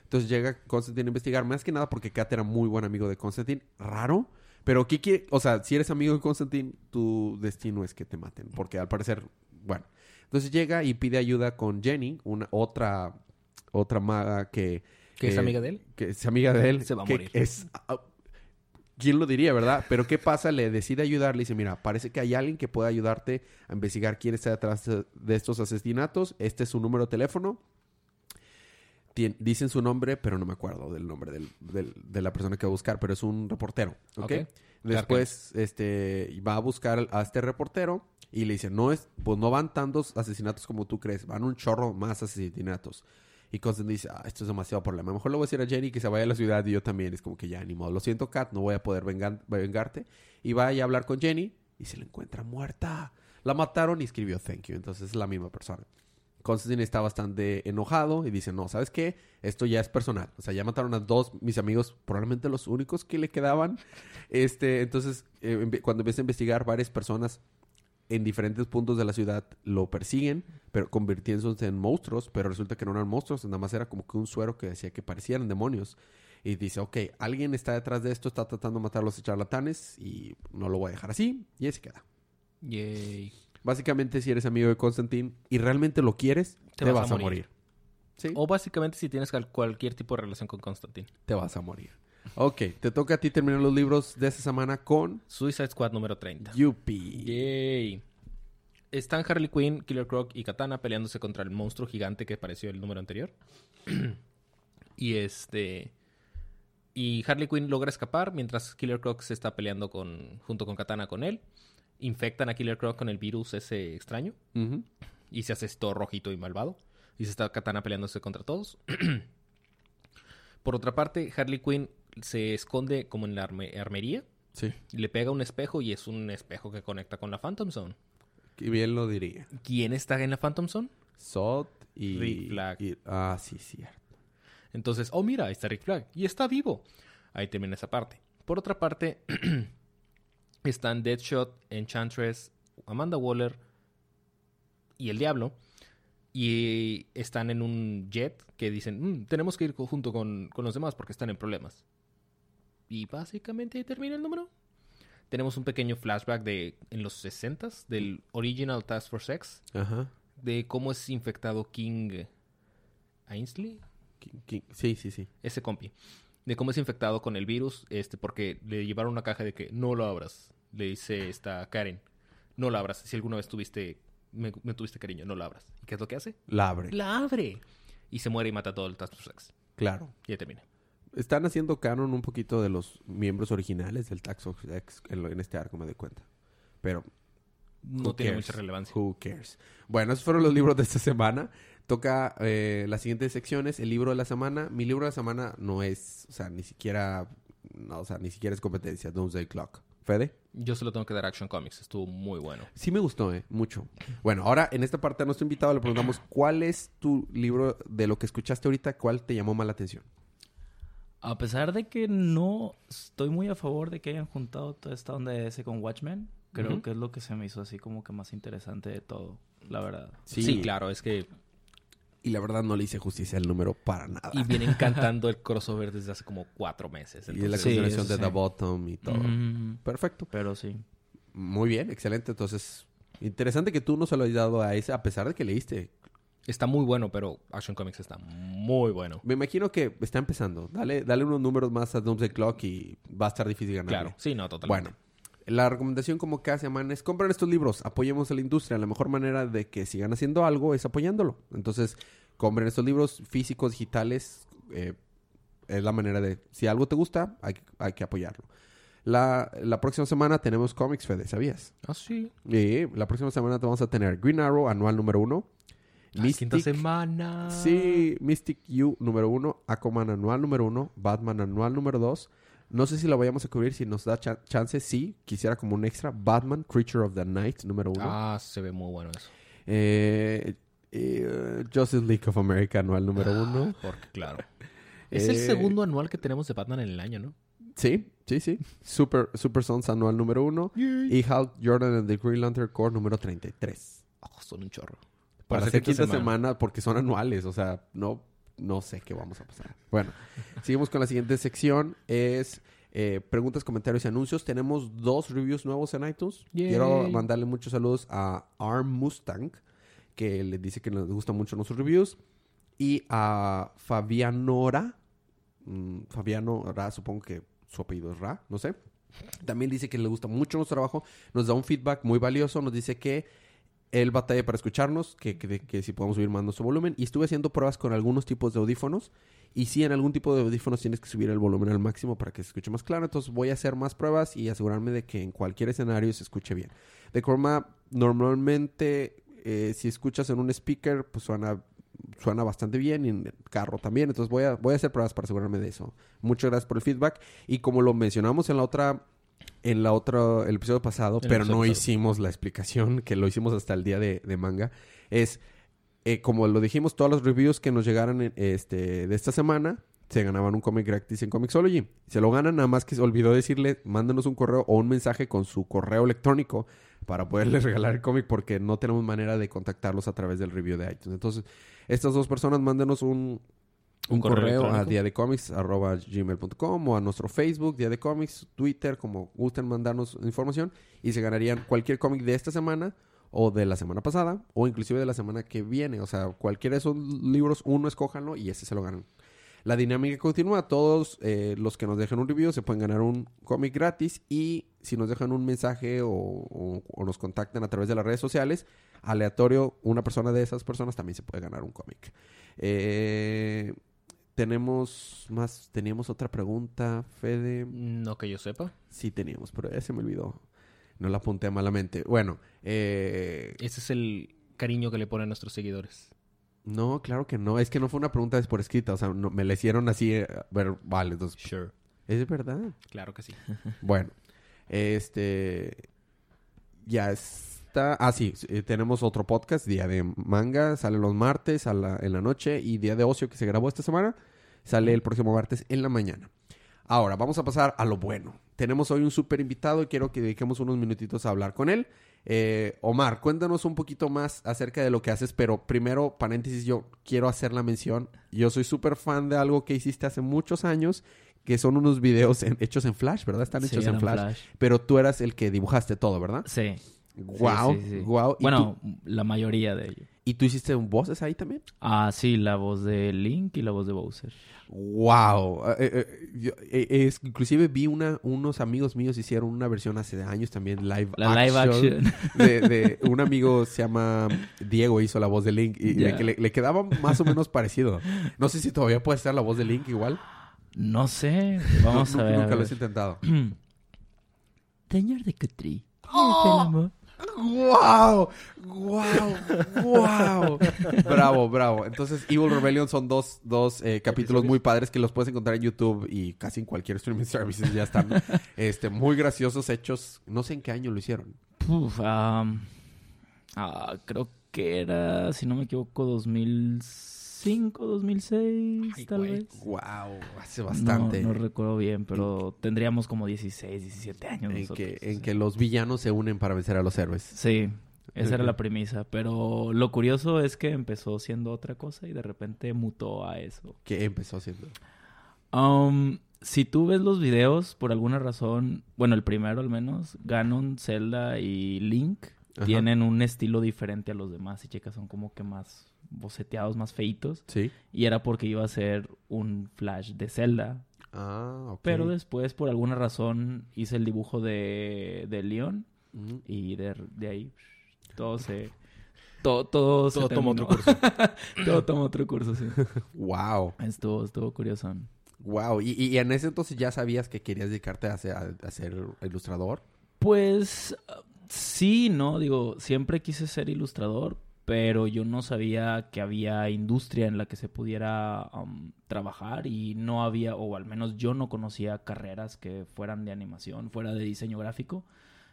Entonces llega Constantine a investigar, más que nada porque Kat era muy buen amigo de Constantine. Raro, pero ¿qué quiere? O sea, si eres amigo de Constantine, tu destino es que te maten, porque al parecer, bueno. Entonces llega y pide ayuda con Jenny, otra maga que ¿Que es amiga de él? Que es amiga de él. Se va a que morir. ¿Quién lo diría, verdad? Pero ¿qué pasa? Le decide ayudar. Le dice, mira, parece que hay alguien que puede ayudarte a investigar quién está detrás de estos asesinatos. Este es su número de teléfono. Dicen su nombre, pero no me acuerdo del nombre de la persona que va a buscar. Pero es un reportero, ¿ok? Ok. Después, va a buscar a este reportero y le dice, pues no van tantos asesinatos como tú crees. Van un chorro más asesinatos. Y Constantine dice, esto es demasiado problema. Mejor le voy a decir a Jenny que se vaya a la ciudad y yo también. Es como que ya, ni modo. Lo siento, Kat, no voy a poder vengarte. Y va a hablar con Jenny y se la encuentra muerta. La mataron y escribió thank you. Entonces es la misma persona. Constantine está bastante enojado y dice, no, ¿sabes qué? Esto ya es personal. O sea, ya mataron a mis amigos, probablemente los únicos que le quedaban. Entonces, cuando empieza a investigar, varias personas en diferentes puntos de la ciudad lo persiguen, pero convirtiéndose en monstruos, pero resulta que no eran monstruos, nada más era como que un suero que decía que parecían demonios. Y dice, ok, alguien está detrás de esto, está tratando de matar a los charlatanes y no lo voy a dejar así. Y ahí se queda. Yay. Básicamente, si eres amigo de Constantine y realmente lo quieres, te vas a morir. ¿Sí? O básicamente si tienes cualquier tipo de relación con Constantine. Te vas a morir. Ok, te toca a ti terminar los libros de esta semana con Suicide Squad número 30. Yuppie. Yay. Están Harley Quinn, Killer Croc y Katana peleándose contra el monstruo gigante que apareció el número anterior. y Harley Quinn logra escapar mientras Killer Croc se está peleando junto con Katana con él. Infectan a Killer Croc con el virus ese extraño. Ujú. Y se hace todo rojito y malvado. Y se está Katana peleándose contra todos. Por otra parte, Harley Quinn se esconde como en la armería. Sí, Le pega un espejo y es un espejo que conecta con la Phantom Zone. y bien lo diría. ¿Quién está en la Phantom Zone? Zod y... Rick Flag. Sí, cierto. Entonces, mira, ahí está Rick Flag. Y está vivo. Ahí termina esa parte. Por otra parte, están Deadshot, Enchantress, Amanda Waller y el Diablo. Y están en un jet que dicen, tenemos que ir junto con los demás porque están en problemas. Y básicamente ahí termina el número. Tenemos un pequeño flashback en los 60s del Original Task Force X. Ajá. De cómo es infectado King Ainsley. Sí. Ese compi. De cómo es infectado con el virus. Porque le llevaron una caja de que no lo abras. Le dice esta Karen. No la abras. Si alguna vez me tuviste cariño, no la abras. ¿Y qué es lo que hace? La abre. La abre. Y se muere y mata a todo el Task Force X. Claro. Y ya termina. Están haciendo canon un poquito de los miembros originales del Task Force X en este arco, me doy cuenta. Pero No tiene mucha relevancia. Who cares? Bueno, esos fueron los libros de esta semana. Toca las siguientes secciones. El libro de la semana. Mi libro de la semana no es... ni siquiera es competencia. Doomsday Clock. ¿Fede? Yo se lo tengo que dar a Action Comics. Estuvo muy bueno. Sí me gustó, mucho. Bueno, ahora en esta parte a nuestro invitado le preguntamos ¿cuál es tu libro de lo que escuchaste ahorita? ¿Cuál te llamó más la atención? A pesar de que no estoy muy a favor de que hayan juntado toda esta onda de ese con Watchmen, creo que es lo que se me hizo así como que más interesante de todo, la verdad. Sí, claro. Es que... Y la verdad no le hice justicia al número para nada. Y vienen cantando el crossover desde hace como 4 meses. Y la Entonces, continuación de sí. The Bottom y todo. Perfecto. Pero sí. Muy bien, excelente. Entonces, interesante que tú no se lo hayas dado a ese, a pesar de que leíste. está muy bueno, pero Action Comics está muy bueno. Me imagino que está empezando. Dale unos números más a Doomsday Clock y va a estar difícil ganarle. Claro, sí, no, totalmente. Bueno, la recomendación como cada semana es compren estos libros, apoyemos a la industria. La mejor manera de que sigan haciendo algo es apoyándolo. Entonces, compren estos libros físicos, digitales. Es la manera de... Si algo te gusta, hay que apoyarlo. La próxima semana tenemos cómics, Fede, ¿sabías? Ah, sí. Y la próxima semana te vamos a tener Green Arrow, anual número 1. Quinta semana. Sí, Mystic U número 1, Aquaman anual número 1, Batman anual número 2. No sé si lo vayamos a cubrir, si nos da chance, sí. Quisiera como un extra. Batman, Creature of the Night número 1. Ah, se ve muy bueno eso. Justice League of America anual número 1. Porque, claro. Es el segundo anual que tenemos de Batman en el año, ¿no? Sí. Super Sons anual número 1. Y Hal Jordan and the Green Lantern Corps número 33. Son un chorro. Para hacer quinta semana, porque son anuales. O sea, no no sé qué vamos a pasar. Bueno, seguimos con la siguiente sección. Es preguntas, comentarios y anuncios. Tenemos 2 reviews nuevos en iTunes. Yay. Quiero mandarle muchos saludos a Arm Mustang, que le dice que les gustan mucho nuestros reviews. Y a Fabiano Ra, supongo que su apellido es Ra, no sé. También dice que le gusta mucho nuestro trabajo. Nos da un feedback muy valioso. Nos dice que él batalla para escucharnos, que si podemos subir más nuestro volumen. Y estuve haciendo pruebas con algunos tipos de audífonos. Y sí, en algún tipo de audífonos tienes que subir el volumen al máximo para que se escuche más claro. Entonces voy a hacer más pruebas y asegurarme de que en cualquier escenario se escuche bien. De forma, normalmente, si escuchas en un speaker, pues suena bastante bien, y en el carro también. Entonces voy a hacer pruebas para asegurarme de eso. Muchas gracias por el feedback. Y como lo mencionamos en el episodio pasado, pero no hicimos la explicación, que lo hicimos hasta el día de manga, es, como lo dijimos, todos los reviews que nos llegaran de esta semana, se ganaban un cómic gratis en Comixology. Se lo ganan, nada más que se olvidó decirle, mándenos un correo o un mensaje con su correo electrónico para poderles regalar el cómic, porque no tenemos manera de contactarlos a través del review de iTunes. Entonces, estas 2 personas, mándenos un correo a diadecomics@gmail.com o a nuestro Facebook, Día de Comics, Twitter, como gusten mandarnos información, y se ganarían cualquier cómic de esta semana o de la semana pasada o inclusive de la semana que viene. O sea, cualquiera de esos libros, uno escójanlo y ese se lo ganan. La dinámica continúa. Todos los que nos dejen un review se pueden ganar un cómic gratis, y si nos dejan un mensaje o nos contactan a través de las redes sociales, aleatorio, una persona de esas personas también se puede ganar un cómic. Teníamos otra pregunta, Fede. No que yo sepa. Sí teníamos, pero ya se me olvidó. No la apunté malamente. Bueno. Ese es el cariño que le ponen a nuestros seguidores. No, claro que no. Es que no fue una pregunta por escrita. O sea, no, me la hicieron así. Vale, entonces. Sure. ¿Es verdad? Claro que sí. Bueno. Ya está. Ah, sí. Tenemos otro podcast. Día de Manga. Sale los martes en la noche. Y Día de Ocio, que se grabó esta semana, sale el próximo martes en la mañana. Ahora, vamos a pasar a lo bueno. Tenemos hoy un súper invitado y quiero que dediquemos unos minutitos a hablar con él. Omar, cuéntanos un poquito más acerca de lo que haces, pero primero, paréntesis, yo quiero hacer la mención. Yo soy súper fan de algo que hiciste hace muchos años, que son unos videos hechos en Flash, ¿verdad? Están hechos en Flash. Pero tú eras el que dibujaste todo, ¿verdad? Sí. Wow, sí. Wow. Bueno, la mayoría de ellos. ¿Y tú hiciste voces ahí también? Ah, sí, la voz de Link y la voz de Bowser. Wow. Inclusive vi unos amigos míos hicieron una versión hace años también, live action. De un amigo se llama Diego, hizo la voz de Link y le quedaba más o menos parecido. No sé si todavía puede ser la voz de Link igual. No sé. Vamos a ver. Nunca lo he intentado. Señor de Cutri. ¡Oh! ¡Wow! Bravo. Entonces, Evil Rebellion son dos capítulos muy padres que los puedes encontrar en YouTube y casi en cualquier streaming services ya están muy graciosos, hechos. No sé en qué año lo hicieron. Creo que era, si no me equivoco, 2005, 2006, tal vez. Wow, hace bastante. No recuerdo bien, pero tendríamos como 16, 17 años nosotros. En que los villanos se unen para vencer a los héroes. Sí, esa era la premisa. Pero lo curioso es que empezó siendo otra cosa y de repente mutó a eso. ¿Qué empezó siendo? Si tú ves los videos, por alguna razón, bueno, el primero al menos, Ganon, Zelda y Link tienen un estilo diferente a los demás. Y chicas, son como que más boceteados, más feitos. Sí. Y era porque iba a ser un Flash de Zelda. Ah, ok. Pero después, por alguna razón, hice el dibujo de Leon. Y de ahí todo se... Todo tomó otro curso. Todo tomó otro curso, sí. Wow. Estuvo curioso. Wow. ¿Y en ese entonces ya sabías que querías dedicarte a ser ilustrador? Pues sí, ¿no? Digo, siempre quise ser ilustrador, pero yo no sabía que había industria en la que se pudiera trabajar y no había, o al menos yo no conocía carreras que fueran de animación, fuera de diseño gráfico.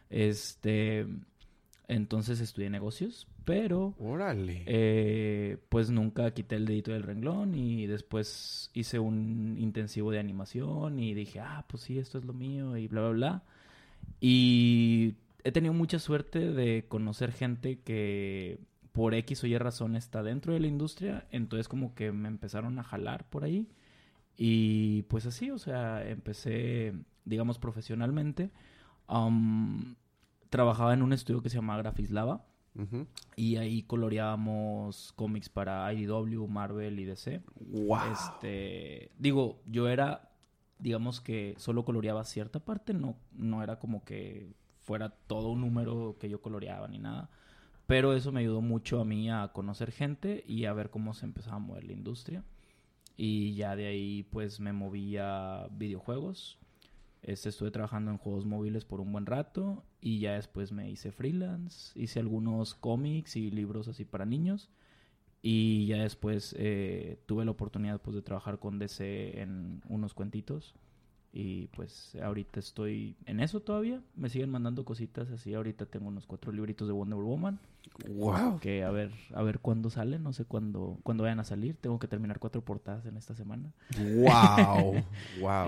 Entonces estudié negocios, pero... ¡Órale! Pues nunca quité el dedito del renglón y después hice un intensivo de animación y dije, pues sí, esto es lo mío y bla, bla, bla. Y he tenido mucha suerte de conocer gente que por X o Y razón está dentro de la industria. Entonces como que me empezaron a jalar por ahí. Y pues así, o sea, empecé, digamos, profesionalmente. Trabajaba en un estudio que se llama Graphislava. Ujú. Y ahí coloreábamos cómics para IDW, Marvel y DC. ¡Wow! Digo, yo era, digamos que solo coloreaba cierta parte, no era como que fuera todo un número que yo coloreaba ni nada. Pero eso me ayudó mucho a mí a conocer gente y a ver cómo se empezaba a mover la industria. Y ya de ahí pues me moví a videojuegos. Estuve trabajando en juegos móviles por un buen rato y ya después me hice freelance. Hice algunos cómics y libros así para niños. Y ya después tuve la oportunidad pues de trabajar con DC en unos cuentitos. Y pues ahorita estoy en eso todavía. Me siguen mandando cositas así. Ahorita tengo unos 4 libritos de Wonder Woman. ¡Wow! Que a ver cuándo salen. No sé cuándo vayan a salir. Tengo que terminar 4 portadas en esta semana. ¡Wow! ¡Wow!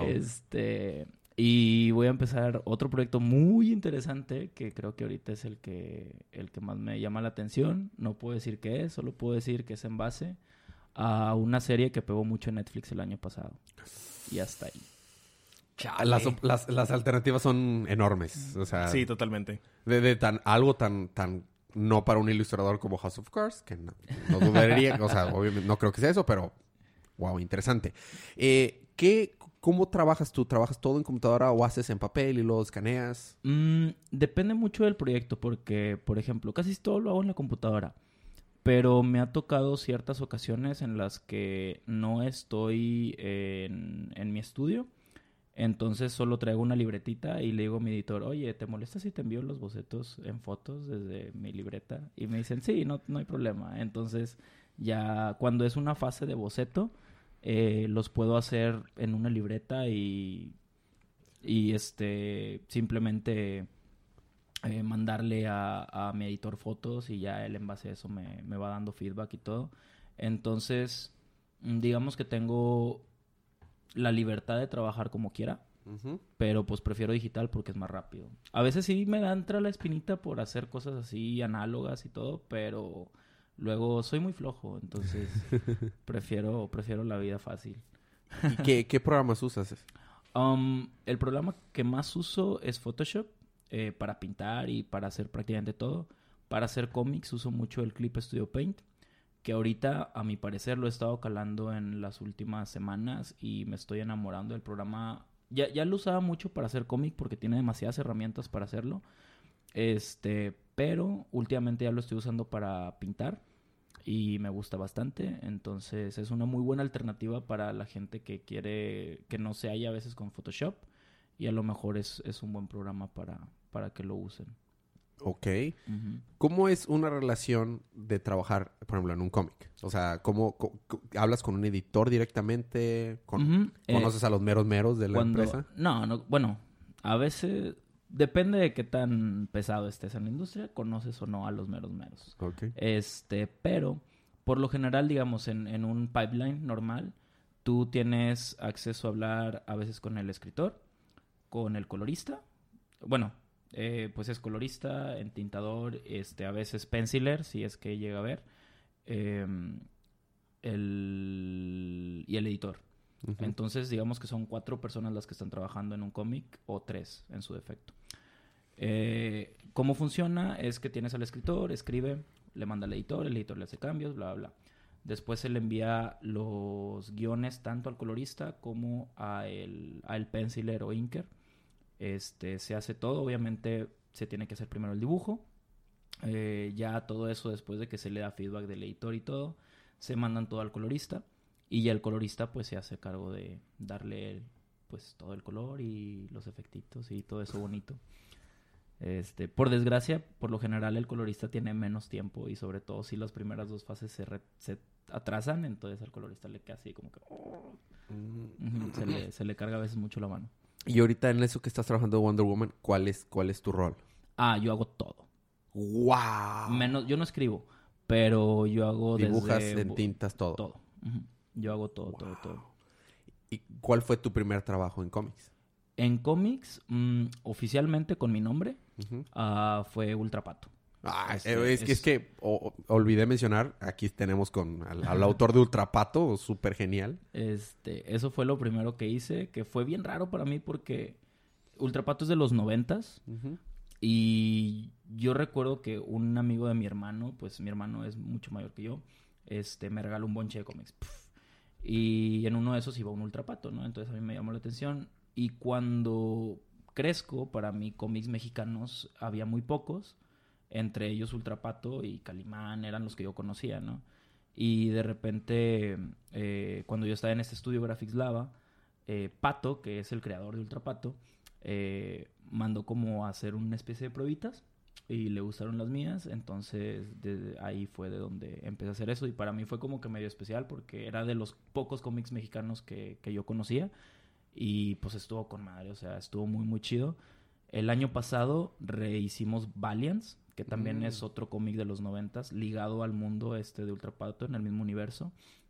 Y voy a empezar otro proyecto muy interesante que creo que ahorita es el que más me llama la atención. No puedo decir qué es, solo puedo decir que es en base a una serie que pegó mucho en Netflix el año pasado. Y hasta ahí. Las alternativas son enormes. O sea, Sí, totalmente. de algo tan no para un ilustrador como House of Cards, que no dudaría, o sea, obviamente no creo que sea eso, pero wow, interesante. ¿Cómo trabajas tú? ¿Trabajas todo en computadora o haces en papel y lo escaneas? Depende mucho del proyecto porque, por ejemplo, casi todo lo hago en la computadora. Pero me ha tocado ciertas ocasiones en las que no estoy en mi estudio. Entonces solo traigo una libretita y le digo a mi editor, oye, ¿te molesta si te envío los bocetos en fotos desde mi libreta? Y me dicen, sí, no hay problema. Entonces ya cuando es una fase de boceto, los puedo hacer en una libreta y simplemente mandarle a mi editor fotos y ya él en base a eso me va dando feedback y todo. Entonces, digamos que tengo la libertad de trabajar como quiera, pero pues prefiero digital porque es más rápido. A veces sí entra la espinita por hacer cosas así análogas y todo, pero luego soy muy flojo, entonces prefiero la vida fácil. ¿Y qué programas usas? El programa que más uso es Photoshop para pintar y para hacer prácticamente todo. Para hacer cómics uso mucho el Clip Studio Paint, que ahorita, a mi parecer, lo he estado calando en las últimas semanas y me estoy enamorando del programa. Ya lo usaba mucho para hacer cómic porque tiene demasiadas herramientas para hacerlo. Pero últimamente ya lo estoy usando para pintar y me gusta bastante. Entonces es una muy buena alternativa para la gente que quiere, que no se halla a veces con Photoshop, y a lo mejor es un buen programa para que lo usen. Ok. ¿Cómo es una relación de trabajar, por ejemplo, en un cómic? O sea, ¿cómo hablas con un editor directamente? ¿Conoces a los meros de la empresa? No, bueno, a veces depende de qué tan pesado estés en la industria, conoces o no a los meros. Okay. Pero por lo general, digamos, en un pipeline normal, tú tienes acceso a hablar a veces con el escritor, con el colorista. Bueno, pues es colorista, entintador, a veces penciler, si es que llega a ver, y el editor. Uh-huh. Entonces, digamos que son 4 personas las que están trabajando en un cómic, o 3 en su defecto. ¿Cómo funciona? Es que tienes al escritor, escribe, le manda al editor, el editor le hace cambios, bla, bla, bla. Después se le envía los guiones tanto al colorista como al penciler o inker. Se hace todo, obviamente se tiene que hacer primero el dibujo, ya todo eso después de que se le da feedback del editor y todo, se mandan todo al colorista y ya el colorista pues se hace cargo de darle pues todo el color y los efectitos y todo eso bonito. Por desgracia, por lo general el colorista tiene menos tiempo y sobre todo si las primeras 2 fases se atrasan, entonces al colorista le queda así como que se le carga a veces mucho la mano. Y ahorita en eso que estás trabajando de Wonder Woman, ¿cuál es tu rol? Yo hago todo. ¡Wow! Yo no escribo, pero yo hago dibujas en tintas todo. Todo. Uh-huh. Yo hago todo, wow. todo. ¿Y cuál fue tu primer trabajo en cómics? En cómics, oficialmente con mi nombre, fue Ultrapato. Es que olvidé mencionar, aquí tenemos al autor de Ultrapato, súper genial. Eso fue lo primero que hice, que fue bien raro para mí porque Ultrapato es de los 90s. Uh-huh. Y yo recuerdo que un amigo de mi hermano, pues mi hermano es mucho mayor que yo, me regaló un bonche de cómics. Y en uno de esos iba un Ultrapato, ¿no? Entonces a mí me llamó la atención. Y cuando crezco, para mí cómics mexicanos había muy pocos. Entre ellos Ultrapato y Calimán eran los que yo conocía, ¿no? Y de repente, cuando yo estaba en este estudio Graphics Lava, Pato, que es el creador de Ultrapato, mandó como a hacer una especie de pruebitas y le gustaron las mías. Entonces, desde ahí fue de donde empecé a hacer eso. Y para mí fue como que medio especial porque era de los pocos cómics mexicanos que yo conocía. Y pues estuvo con madre, o sea, estuvo muy, muy chido. El año pasado rehicimos Valiants, que también es otro cómic de los 90s, ligado al mundo de Ultrapato, en el mismo universo.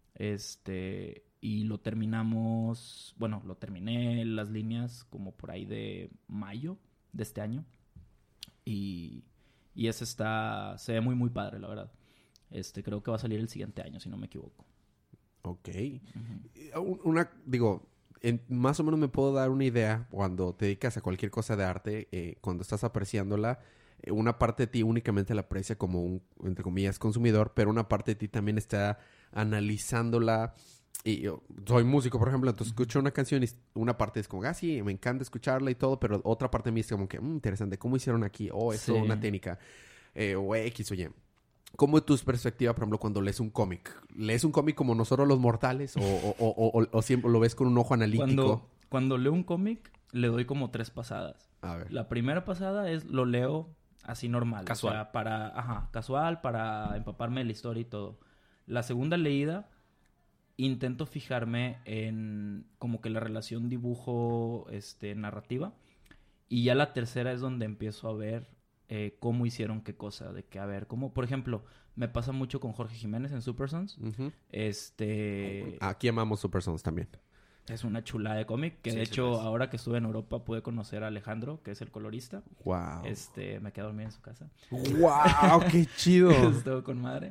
Y lo terminamos... Bueno, lo terminé las líneas como por ahí de mayo de este año. Y ese se ve muy, muy padre, la verdad. Creo que va a salir el siguiente año, si no me equivoco. Ok. Uh-huh. Más o menos me puedo dar una idea cuando te dedicas a cualquier cosa de arte, cuando estás apreciándola, una parte de ti únicamente la aprecia como un, entre comillas, consumidor, pero una parte de ti también está analizándola. Y yo soy músico, por ejemplo, entonces escucho una canción y una parte es como, sí, me encanta escucharla y todo, pero otra parte de mí es como que, interesante, ¿cómo hicieron aquí? Esto, sí, una técnica, o X o Y. ¿Cómo es tu perspectiva, por ejemplo, cuando lees un cómic? ¿Lees un cómic como nosotros los mortales o siempre lo ves con un ojo analítico? Cuando leo un cómic, le doy como 3 pasadas. A ver. La primera pasada lo leo así normal. Casual. O sea, casual, para empaparme de la historia y todo. La segunda leída, intento fijarme en como que la relación dibujo-narrativa. Y ya la tercera es donde empiezo a ver cómo hicieron qué cosa. De que, a ver, cómo... Por ejemplo, me pasa mucho con Jorge Jiménez en Super Sons. Uh-huh. Aquí amamos Super Sons también. Es una chulada de cómic. Que sí, de hecho, ahora que estuve en Europa, pude conocer a Alejandro, que es el colorista. Wow. Me quedé dormido en su casa. ¡Wow! ¡Qué chido! Estuvo con madre.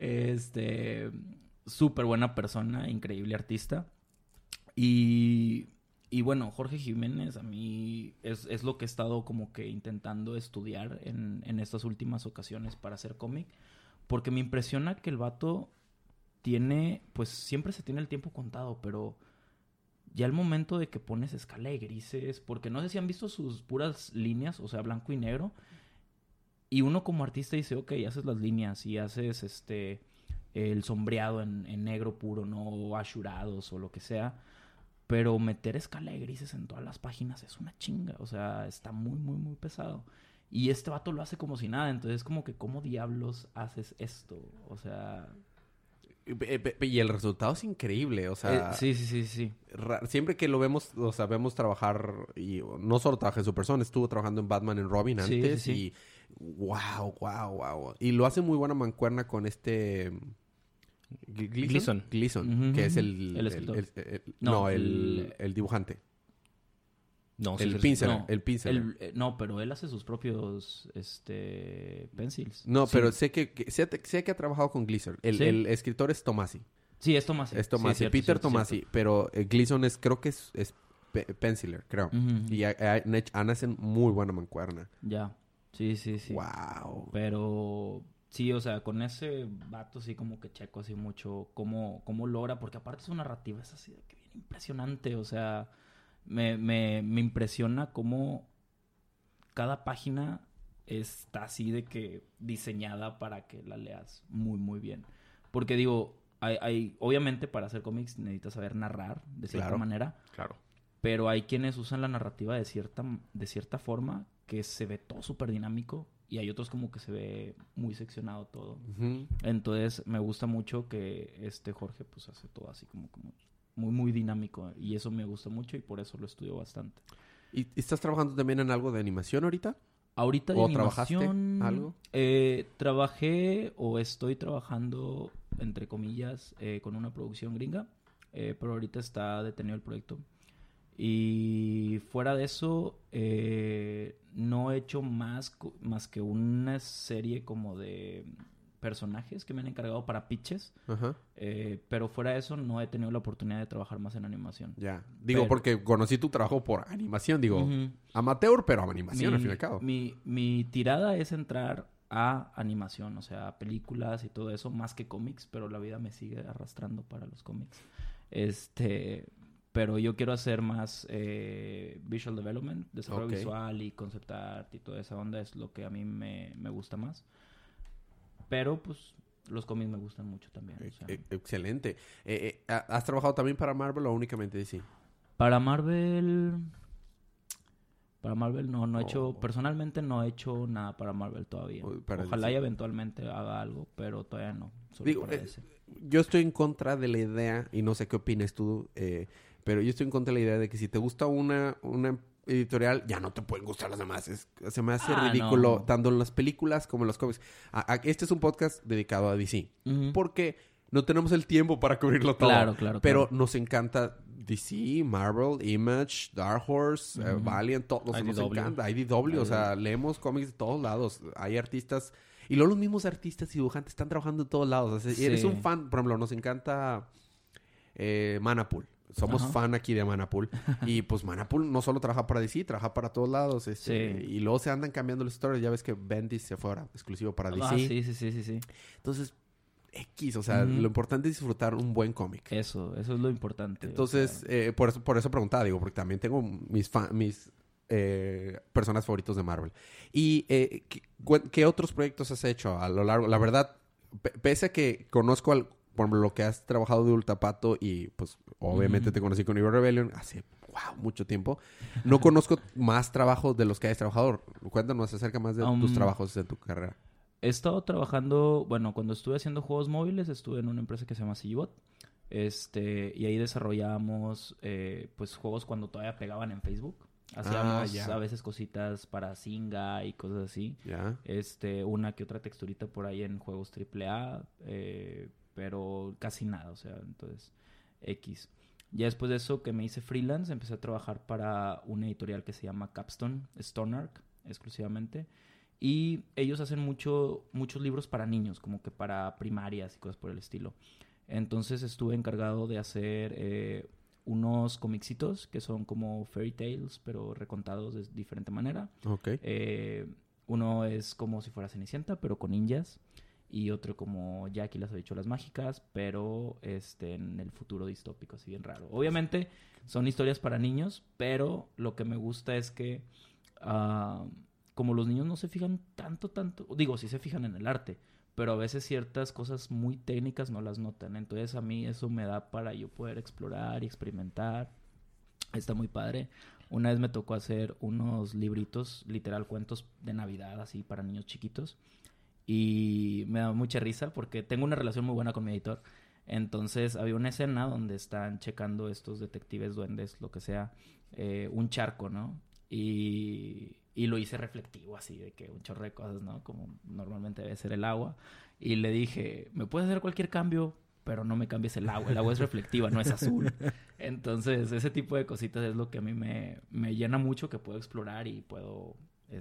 Súper buena persona, increíble artista. Y bueno, Jorge Jiménez a mí es lo que he estado como que intentando estudiar en estas últimas ocasiones para hacer cómic. Porque me impresiona que el vato pues siempre se tiene el tiempo contado, pero ya el momento de que pones escala de grises, porque no sé si han visto sus puras líneas, o sea, blanco y negro, y uno como artista dice, ok, haces las líneas y haces el sombreado en negro puro, no o ashurados o lo que sea. Pero meter escala de grises en todas las páginas es una chinga. O sea, está muy, muy, muy pesado. Y este vato lo hace como si nada. Entonces, como que, ¿cómo diablos haces esto? O sea... Y el resultado es increíble. O sea... Sí. Siempre que lo vemos, o sea, vemos trabajar... Y no solo trabaja en Super Sons, estuvo trabajando en Batman and Robin antes. Sí. Y... Wow. Y lo hace muy buena mancuerna con Gleason, uh-huh, que es el escritor. El dibujante. No, el pincel. No, pero él hace sus propios pencils. No, sí. Pero sé que ha trabajado con Gleason. El escritor es Tomasi. Sí, es Tomasi. Sí, Peter Tomasi. Pero Gleason creo que es penciler, creo. Uh-huh. Y hacen muy buena mancuerna. Ya. Sí. Wow. Pero... Sí, o sea, con ese vato sí como que checo así mucho cómo logra, porque aparte su narrativa es así de que bien impresionante, o sea, me impresiona cómo cada página está así de que diseñada para que la leas muy, muy bien. Porque digo, obviamente para hacer cómics necesitas saber narrar de cierta manera. Claro. Pero hay quienes usan la narrativa de cierta forma que se ve todo súper dinámico. Y hay otros como que se ve muy seccionado todo. Uh-huh. Entonces, me gusta mucho que Jorge pues hace todo así como muy, muy dinámico. Y eso me gusta mucho y por eso lo estudio bastante. ¿Y estás trabajando también en algo de animación ahorita? Ahorita de animación... ¿Trabajaste algo? Trabajé o estoy trabajando, entre comillas, con una producción gringa. Pero ahorita está detenido el proyecto. Y fuera de eso, no he hecho más que una serie como de personajes que me han encargado para pitches. Ajá. Pero fuera de eso, no he tenido la oportunidad de trabajar más en animación. Ya. Digo, Pero- porque conocí tu trabajo por animación. Digo, Ujú. amateur, pero animación, al fin y al cabo. Mi tirada es entrar a animación, o sea, películas y todo eso, más que cómics, pero la vida me sigue arrastrando para los cómics. Pero yo quiero hacer más visual development, desarrollo Ok. visual y concept art y toda esa onda es lo que a mí me gusta más. Pero, pues, los cómics me gustan mucho también. O sea. Excelente. ¿Has trabajado también para Marvel o únicamente DC? Para Marvel no he hecho... Oh. Personalmente no he hecho nada para Marvel todavía. Uy, para Ojalá DC. y eventualmente haga algo, pero todavía no. Solo Digo, para ese. yo estoy en contra de la idea, y no sé qué opines tú, pero yo estoy en contra de la idea de que si te gusta una editorial, ya no te pueden gustar las demás. Se me hace ridículo, no. tanto en las películas como en los cómics. Este es un podcast dedicado a DC. Ujú. Porque no tenemos el tiempo para cubrirlo todo. Claro. Pero nos encanta DC, Marvel, Image, Dark Horse, Ujú. Valiant, todos nos IDW. encanta. IDW, o sea, leemos cómics de todos lados. Hay artistas... Y luego los mismos artistas y dibujantes están trabajando en todos lados. O sea, si eres Sí. un fan, por ejemplo, nos encanta Manapool. Somos Ajá. fan aquí de Manapool. Y pues Manapool no solo trabaja para DC, trabaja para todos lados. Sí. Y luego se andan cambiando las historias. Ya ves que Bendis se fue ahora exclusivo para DC. Ah, sí. Entonces, X, o sea, Ujú. lo importante es disfrutar un buen cómic. Eso es lo importante. Entonces, por eso preguntaba, digo, porque también tengo mis personas favoritos de Marvel. ¿Y qué otros proyectos has hecho a lo largo? La verdad, pese a que conozco por ejemplo, lo que has trabajado de Ultapato y pues obviamente Ujú. te conocí con Evil Rebellion hace mucho tiempo. No conozco más trabajos de los que hayas trabajado. Cuéntanos acerca más de tus trabajos en tu carrera. He estado trabajando, bueno, cuando estuve haciendo juegos móviles, estuve en una empresa que se llama Cigibot. Y ahí desarrollábamos, pues, juegos cuando todavía pegaban en Facebook. Hacíamos ya. a veces cositas para Zynga y cosas así. ¿Ya? Una que otra texturita por ahí en juegos AAA, pero casi nada, o sea, entonces, X. Ya después de eso que me hice freelance, empecé a trabajar para una editorial que se llama Capstone, Stoneark, exclusivamente. Y ellos hacen muchos libros para niños, como que para primarias y cosas por el estilo. Entonces estuve encargado de hacer unos comicitos que son como fairy tales, pero recontados de diferente manera. Ok. Uno es como si fuera Cenicienta, pero con ninjas. Y otro como Jack y las habichuelas mágicas, pero en el futuro distópico, así bien raro. Obviamente son historias para niños, pero lo que me gusta es que como los niños no se fijan tanto, digo, sí se fijan en el arte, pero a veces ciertas cosas muy técnicas no las notan. Entonces a mí eso me da para yo poder explorar y experimentar. Está muy padre. Una vez me tocó hacer unos libritos, literal cuentos de Navidad, así para niños chiquitos. Y me da mucha risa porque tengo una relación muy buena con mi editor. Entonces había una escena donde están checando estos detectives, duendes, lo que sea, un charco, ¿no? Y lo hice reflectivo, así, de que un chorro de cosas, ¿no? Como normalmente debe ser el agua. Y le dije, ¿me puedes hacer cualquier cambio? Pero no me cambies el agua. El agua es reflectiva, no es azul. Entonces, ese tipo de cositas es lo que a mí me llena mucho, que puedo explorar y puedo,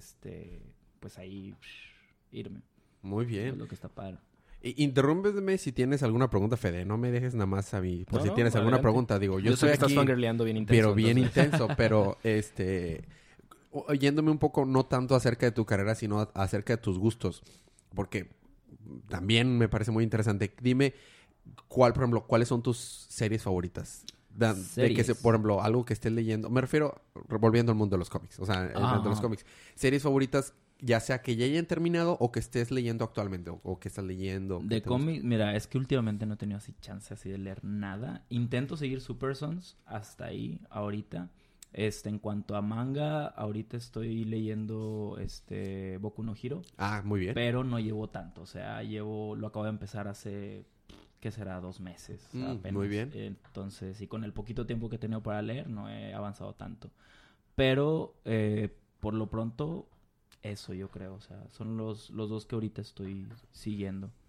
pues ahí irme. Muy bien. Es lo que está padre. Interrúmpeme si tienes alguna pregunta, Fede. No me dejes nada más a mí. Por si tienes alguna adelante. pregunta. Digo, yo sé estoy que estás aquí, fangirleando bien intenso. pero bien entonces. intenso. Pero, oyéndome un poco, no tanto acerca de tu carrera, sino acerca de tus gustos. Porque también me parece muy interesante. Dime, por ejemplo, ¿cuáles son tus series favoritas? De que, por ejemplo, algo que estés leyendo. Me refiero, volviendo al mundo de los cómics. O sea, el mundo de los cómics. Series favoritas, ya sea que ya hayan terminado o que estés leyendo actualmente. O que estás leyendo. De cómics, mira, es que últimamente no he tenido así chance así de leer nada. Intento seguir Super Sons hasta ahí, ahorita. En cuanto a manga, ahorita estoy leyendo Boku no Hero. Ah, muy bien. Pero no llevo tanto. O sea, lo acabo de empezar hace... ¿Qué será? 2 meses apenas. Muy bien. Entonces, y con el poquito tiempo que he tenido para leer, no he avanzado tanto. Pero, por lo pronto, eso yo creo. O sea, son los dos que ahorita estoy siguiendo.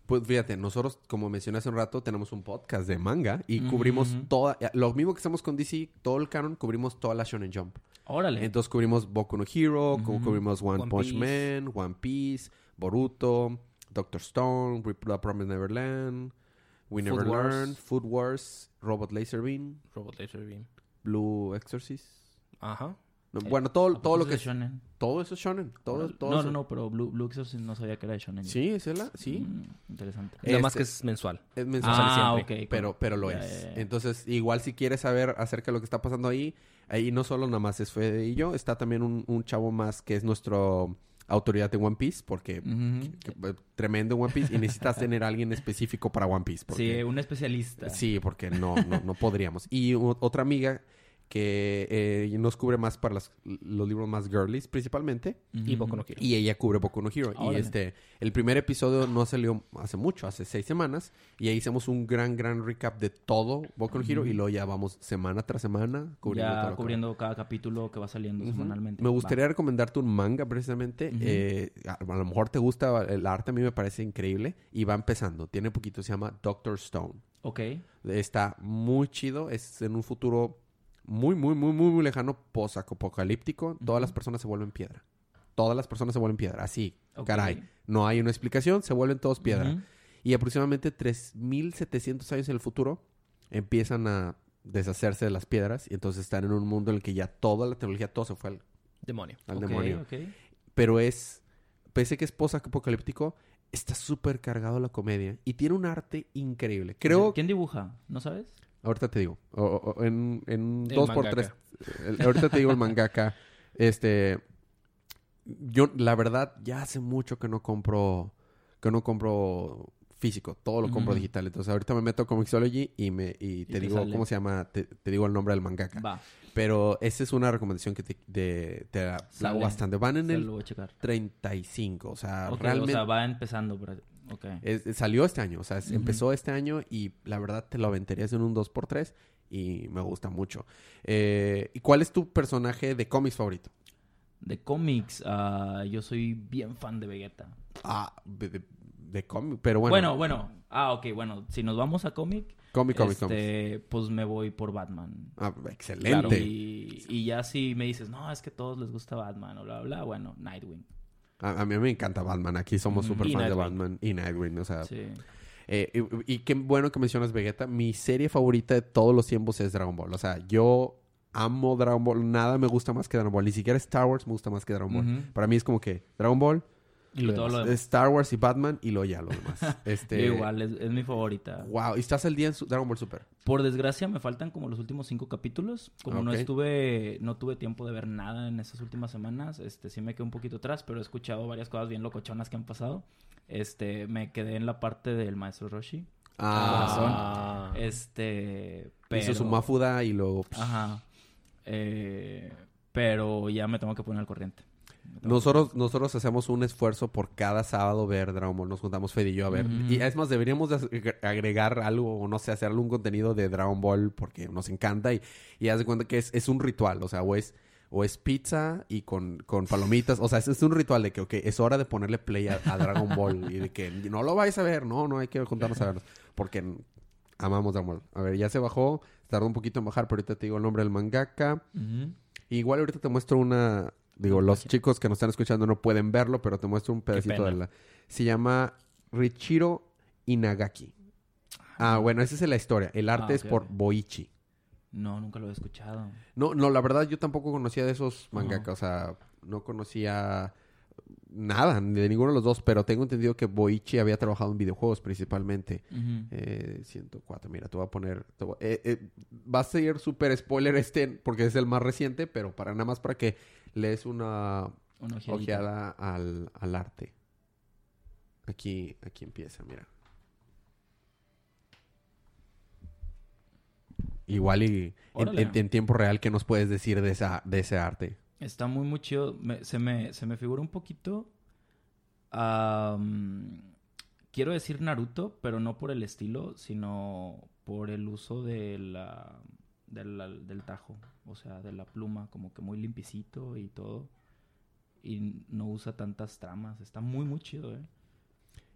Pues fíjate, nosotros, como mencioné hace un rato, tenemos un podcast de manga y Ujú, cubrimos ujú. toda... Lo mismo que hacemos con DC, todo el canon, cubrimos toda la Shonen Jump. Órale. Entonces cubrimos Boku no Hero, Ujú. cubrimos One One Punch Piece. Man, One Piece, Boruto, Doctor Stone, The Promised Neverland, We Food Never Wars. Learned, Food Wars, Robot Laser Beam, Robot Laser Beam. Blue Exorcist. Ajá. No, Eh, bueno, ¿A todo poco lo es que de es... shonen? Todo eso es shonen. Órale. Todo No, eso. no, no, pero Blue Exorcist no sabía que era de shonen. Sí, es la... Sí. Interesante. Nada más Este- que es mensual. Es mensual. sale Ah, siempre. ok. Pero lo Ya, es. ya, ya. Entonces, igual si quieres saber acerca de lo que está pasando ahí no solo nada más es Fede y yo, está también un chavo más que es nuestro autoridad en One Piece, porque tremendo en One Piece, y necesitas tener a alguien específico para One Piece. Sí, Porque, un especialista. sí, porque no podríamos. Y otra amiga que nos cubre más para los libros más girlies, principalmente. Y Boku no Hero. Y ella cubre Boku no Hero. Órale. Y el primer episodio no salió hace mucho, hace 6 semanas. Y ahí hicimos un gran recap de todo Boku no Hero. Y luego ya vamos semana tras semana cubriendo todo Ya lo que cubriendo cada capítulo que va saliendo Ujú. semanalmente. Me Va. gustaría recomendarte un manga precisamente. Ujú. A lo mejor te gusta el arte, a mí me parece increíble. Y va empezando. Tiene poquito, se llama Doctor Stone. Ok. Está muy chido. Es en un futuro muy lejano, post-apocalíptico. Todas las personas se vuelven piedra. Todas las personas se vuelven piedra. Así, Ok. caray. No hay una explicación, se vuelven todos piedra. Ujú. Y aproximadamente 3.700 años en el futuro empiezan a deshacerse de las piedras. Y entonces están en un mundo en el que ya toda la tecnología, todo se fue Demonio. al Ok, demonio. ok. Pero pese que es post-apocalíptico, está súper cargado la comedia. Y tiene un arte increíble. Creo... ¿Quién dibuja? ¿No sabes? Ahorita te digo. En El 2x3. Ahorita te digo el mangaka. Yo, la verdad, ya hace mucho que no compro físico. Todo lo compro Ujú. digital. Entonces, ahorita me meto a Comixology y te te digo sale. cómo se llama. Te digo el nombre del mangaka. Va. Pero esa es una recomendación que te la hago Sale. bastante. Van en Se el lo voy a checar. 35. O sea, Ok, realmente... o sea, va empezando. Ok. salió este año, o sea, Ujú. empezó este año y la verdad te lo aventarías en un 2x3 y me gusta mucho. ¿Y cuál es tu personaje de cómics favorito? De cómics, yo soy bien fan de Vegeta. De cómic, pero bueno. Bueno. Ok, bueno. Si nos vamos a cómic, Cómic. pues me voy por Batman. Ah, Claro, excelente. y ya si me dices, no, es que a todos les gusta Batman o bla, bla, bueno, Nightwing. A mí me encanta Batman, aquí somos Ujú. súper Y fans de Nightwing. Batman y Nightwing, o sea. Sí. Y qué bueno que mencionas Vegeta. Mi serie favorita de todos los tiempos es Dragon Ball. O sea, yo amo Dragon Ball. Nada me gusta más que Dragon Ball. Ni siquiera Star Wars me gusta más que Dragon Ball. Ujú. Para mí es como que Dragon Ball, Y lo todo demás. lo demás. Star Wars y Batman y luego ya lo demás. Yo igual, es mi favorita. Wow, ¿y estás al día en Dragon Ball Super? Por desgracia me faltan como los últimos 5 capítulos. Como no Ok. tuve tiempo de ver nada en estas últimas semanas, sí me quedé un poquito atrás, pero he escuchado varias cosas bien locochonas que han pasado. Me quedé en la parte del maestro Roshi. Ah. Pero... Hizo su Mafuda y luego... Ajá. Pero ya me tengo que poner al corriente. Me tengo Nosotros hacemos un esfuerzo por cada sábado ver Dragon Ball. Nos juntamos Fede y yo a ver. Ujú. Y es más, deberíamos de agregar algo o no sé, hacer algún contenido de Dragon Ball porque nos encanta. Y haz de cuenta que es un ritual. O sea, o es pizza y con palomitas. O sea, es un ritual de que, ok, es hora de ponerle play a Dragon Ball. Y de que no lo vais a ver. No hay que juntarnos a verlo. Porque amamos Dragon Ball. A ver, ya se bajó. Tardó un poquito en bajar, pero ahorita te digo el nombre del mangaka. Ujú. Igual ahorita te muestro una... Digo, los chicos que nos están escuchando no pueden verlo, pero te muestro un pedacito de pena. Se llama Richiro Inagaki. Bueno, esa es la historia. El arte es ok, por ok. Boichi. No, nunca lo he escuchado. No, la verdad yo tampoco conocía de esos mangakas. Ajá. O sea, no conocía nada de ninguno de los dos, pero tengo entendido que Boichi había trabajado en videojuegos principalmente. Ujú. 104, mira, te voy a poner... va a ser súper spoiler porque es el más reciente, pero nada más para que lees una Una ojeadita. ojeada al arte. Aquí empieza, mira. Igual y Órale. en tiempo real, ¿qué nos puedes decir de ese arte? Está muy chido. Se me figura un poquito... quiero decir Naruto, pero no por el estilo, sino por el uso del tajo. O sea, de la pluma, como que muy limpiecito y todo. Y no usa tantas tramas. Está muy chido,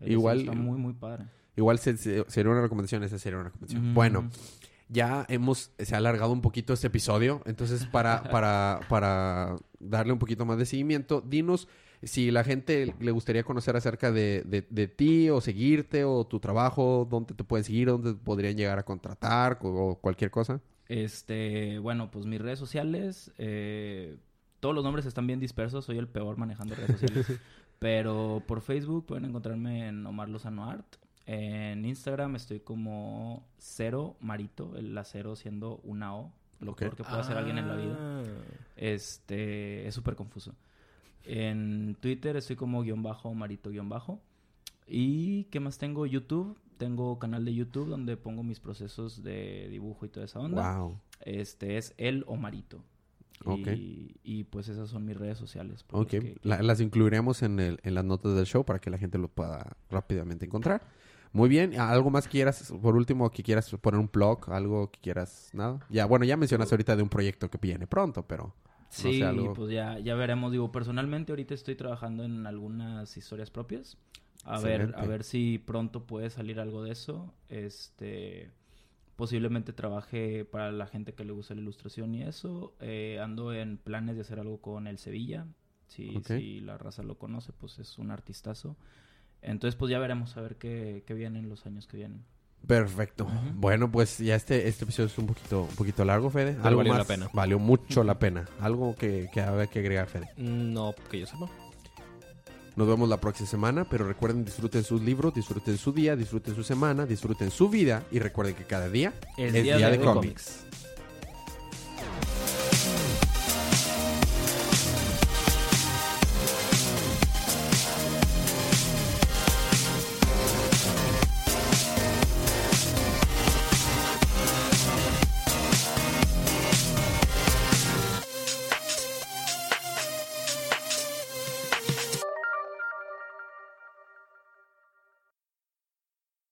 Igual está muy, muy padre. Igual sería una recomendación, esa sería una recomendación. Mm. Bueno, ya se ha alargado un poquito este episodio, entonces para darle un poquito más de seguimiento, dinos si la gente le gustaría conocer acerca de ti o seguirte o tu trabajo, dónde te pueden seguir, dónde podrían llegar a contratar o cualquier cosa. Bueno, pues mis redes sociales, todos los nombres están bien dispersos, soy el peor manejando redes sociales, pero por Facebook pueden encontrarme en Omar Lozano Art. En Instagram estoy como Cero Marito, la cero siendo una O, lo peor que puede hacer alguien en la vida. Es súper confuso. En Twitter estoy como _Marito_. ¿Y qué más tengo? YouTube. Tengo canal de YouTube donde pongo mis procesos de dibujo y toda esa onda. Wow. Es el Omarito. Okay. Y pues esas son mis redes sociales. Ok. Las incluiremos en las notas del show para que la gente lo pueda rápidamente encontrar. Muy bien. ¿Algo más quieras, por último, que quieras poner un blog? ¿Algo que quieras? ¿Nada? Ya mencionaste ahorita de un proyecto que viene pronto, pero... Sí, no sé, algo... pues ya veremos. Digo, personalmente ahorita estoy trabajando en algunas historias propias. A ver si pronto puede salir algo de eso. Posiblemente trabaje para la gente que le gusta la ilustración y eso. Ando en planes de hacer algo con el Sevilla. Si la raza lo conoce, pues es un artistazo. Entonces, pues ya veremos a ver qué viene en los años que vienen. Perfecto. Uh-huh. Bueno, pues ya este episodio es un poquito largo, Fede. Pero valió la pena. Valió mucho la pena. ¿Algo que haya que agregar, Fede? No, que yo sepa. Nos vemos la próxima semana, pero recuerden, disfruten sus libros, disfruten su día, disfruten su semana, disfruten su vida y recuerden que cada día es día de cómics.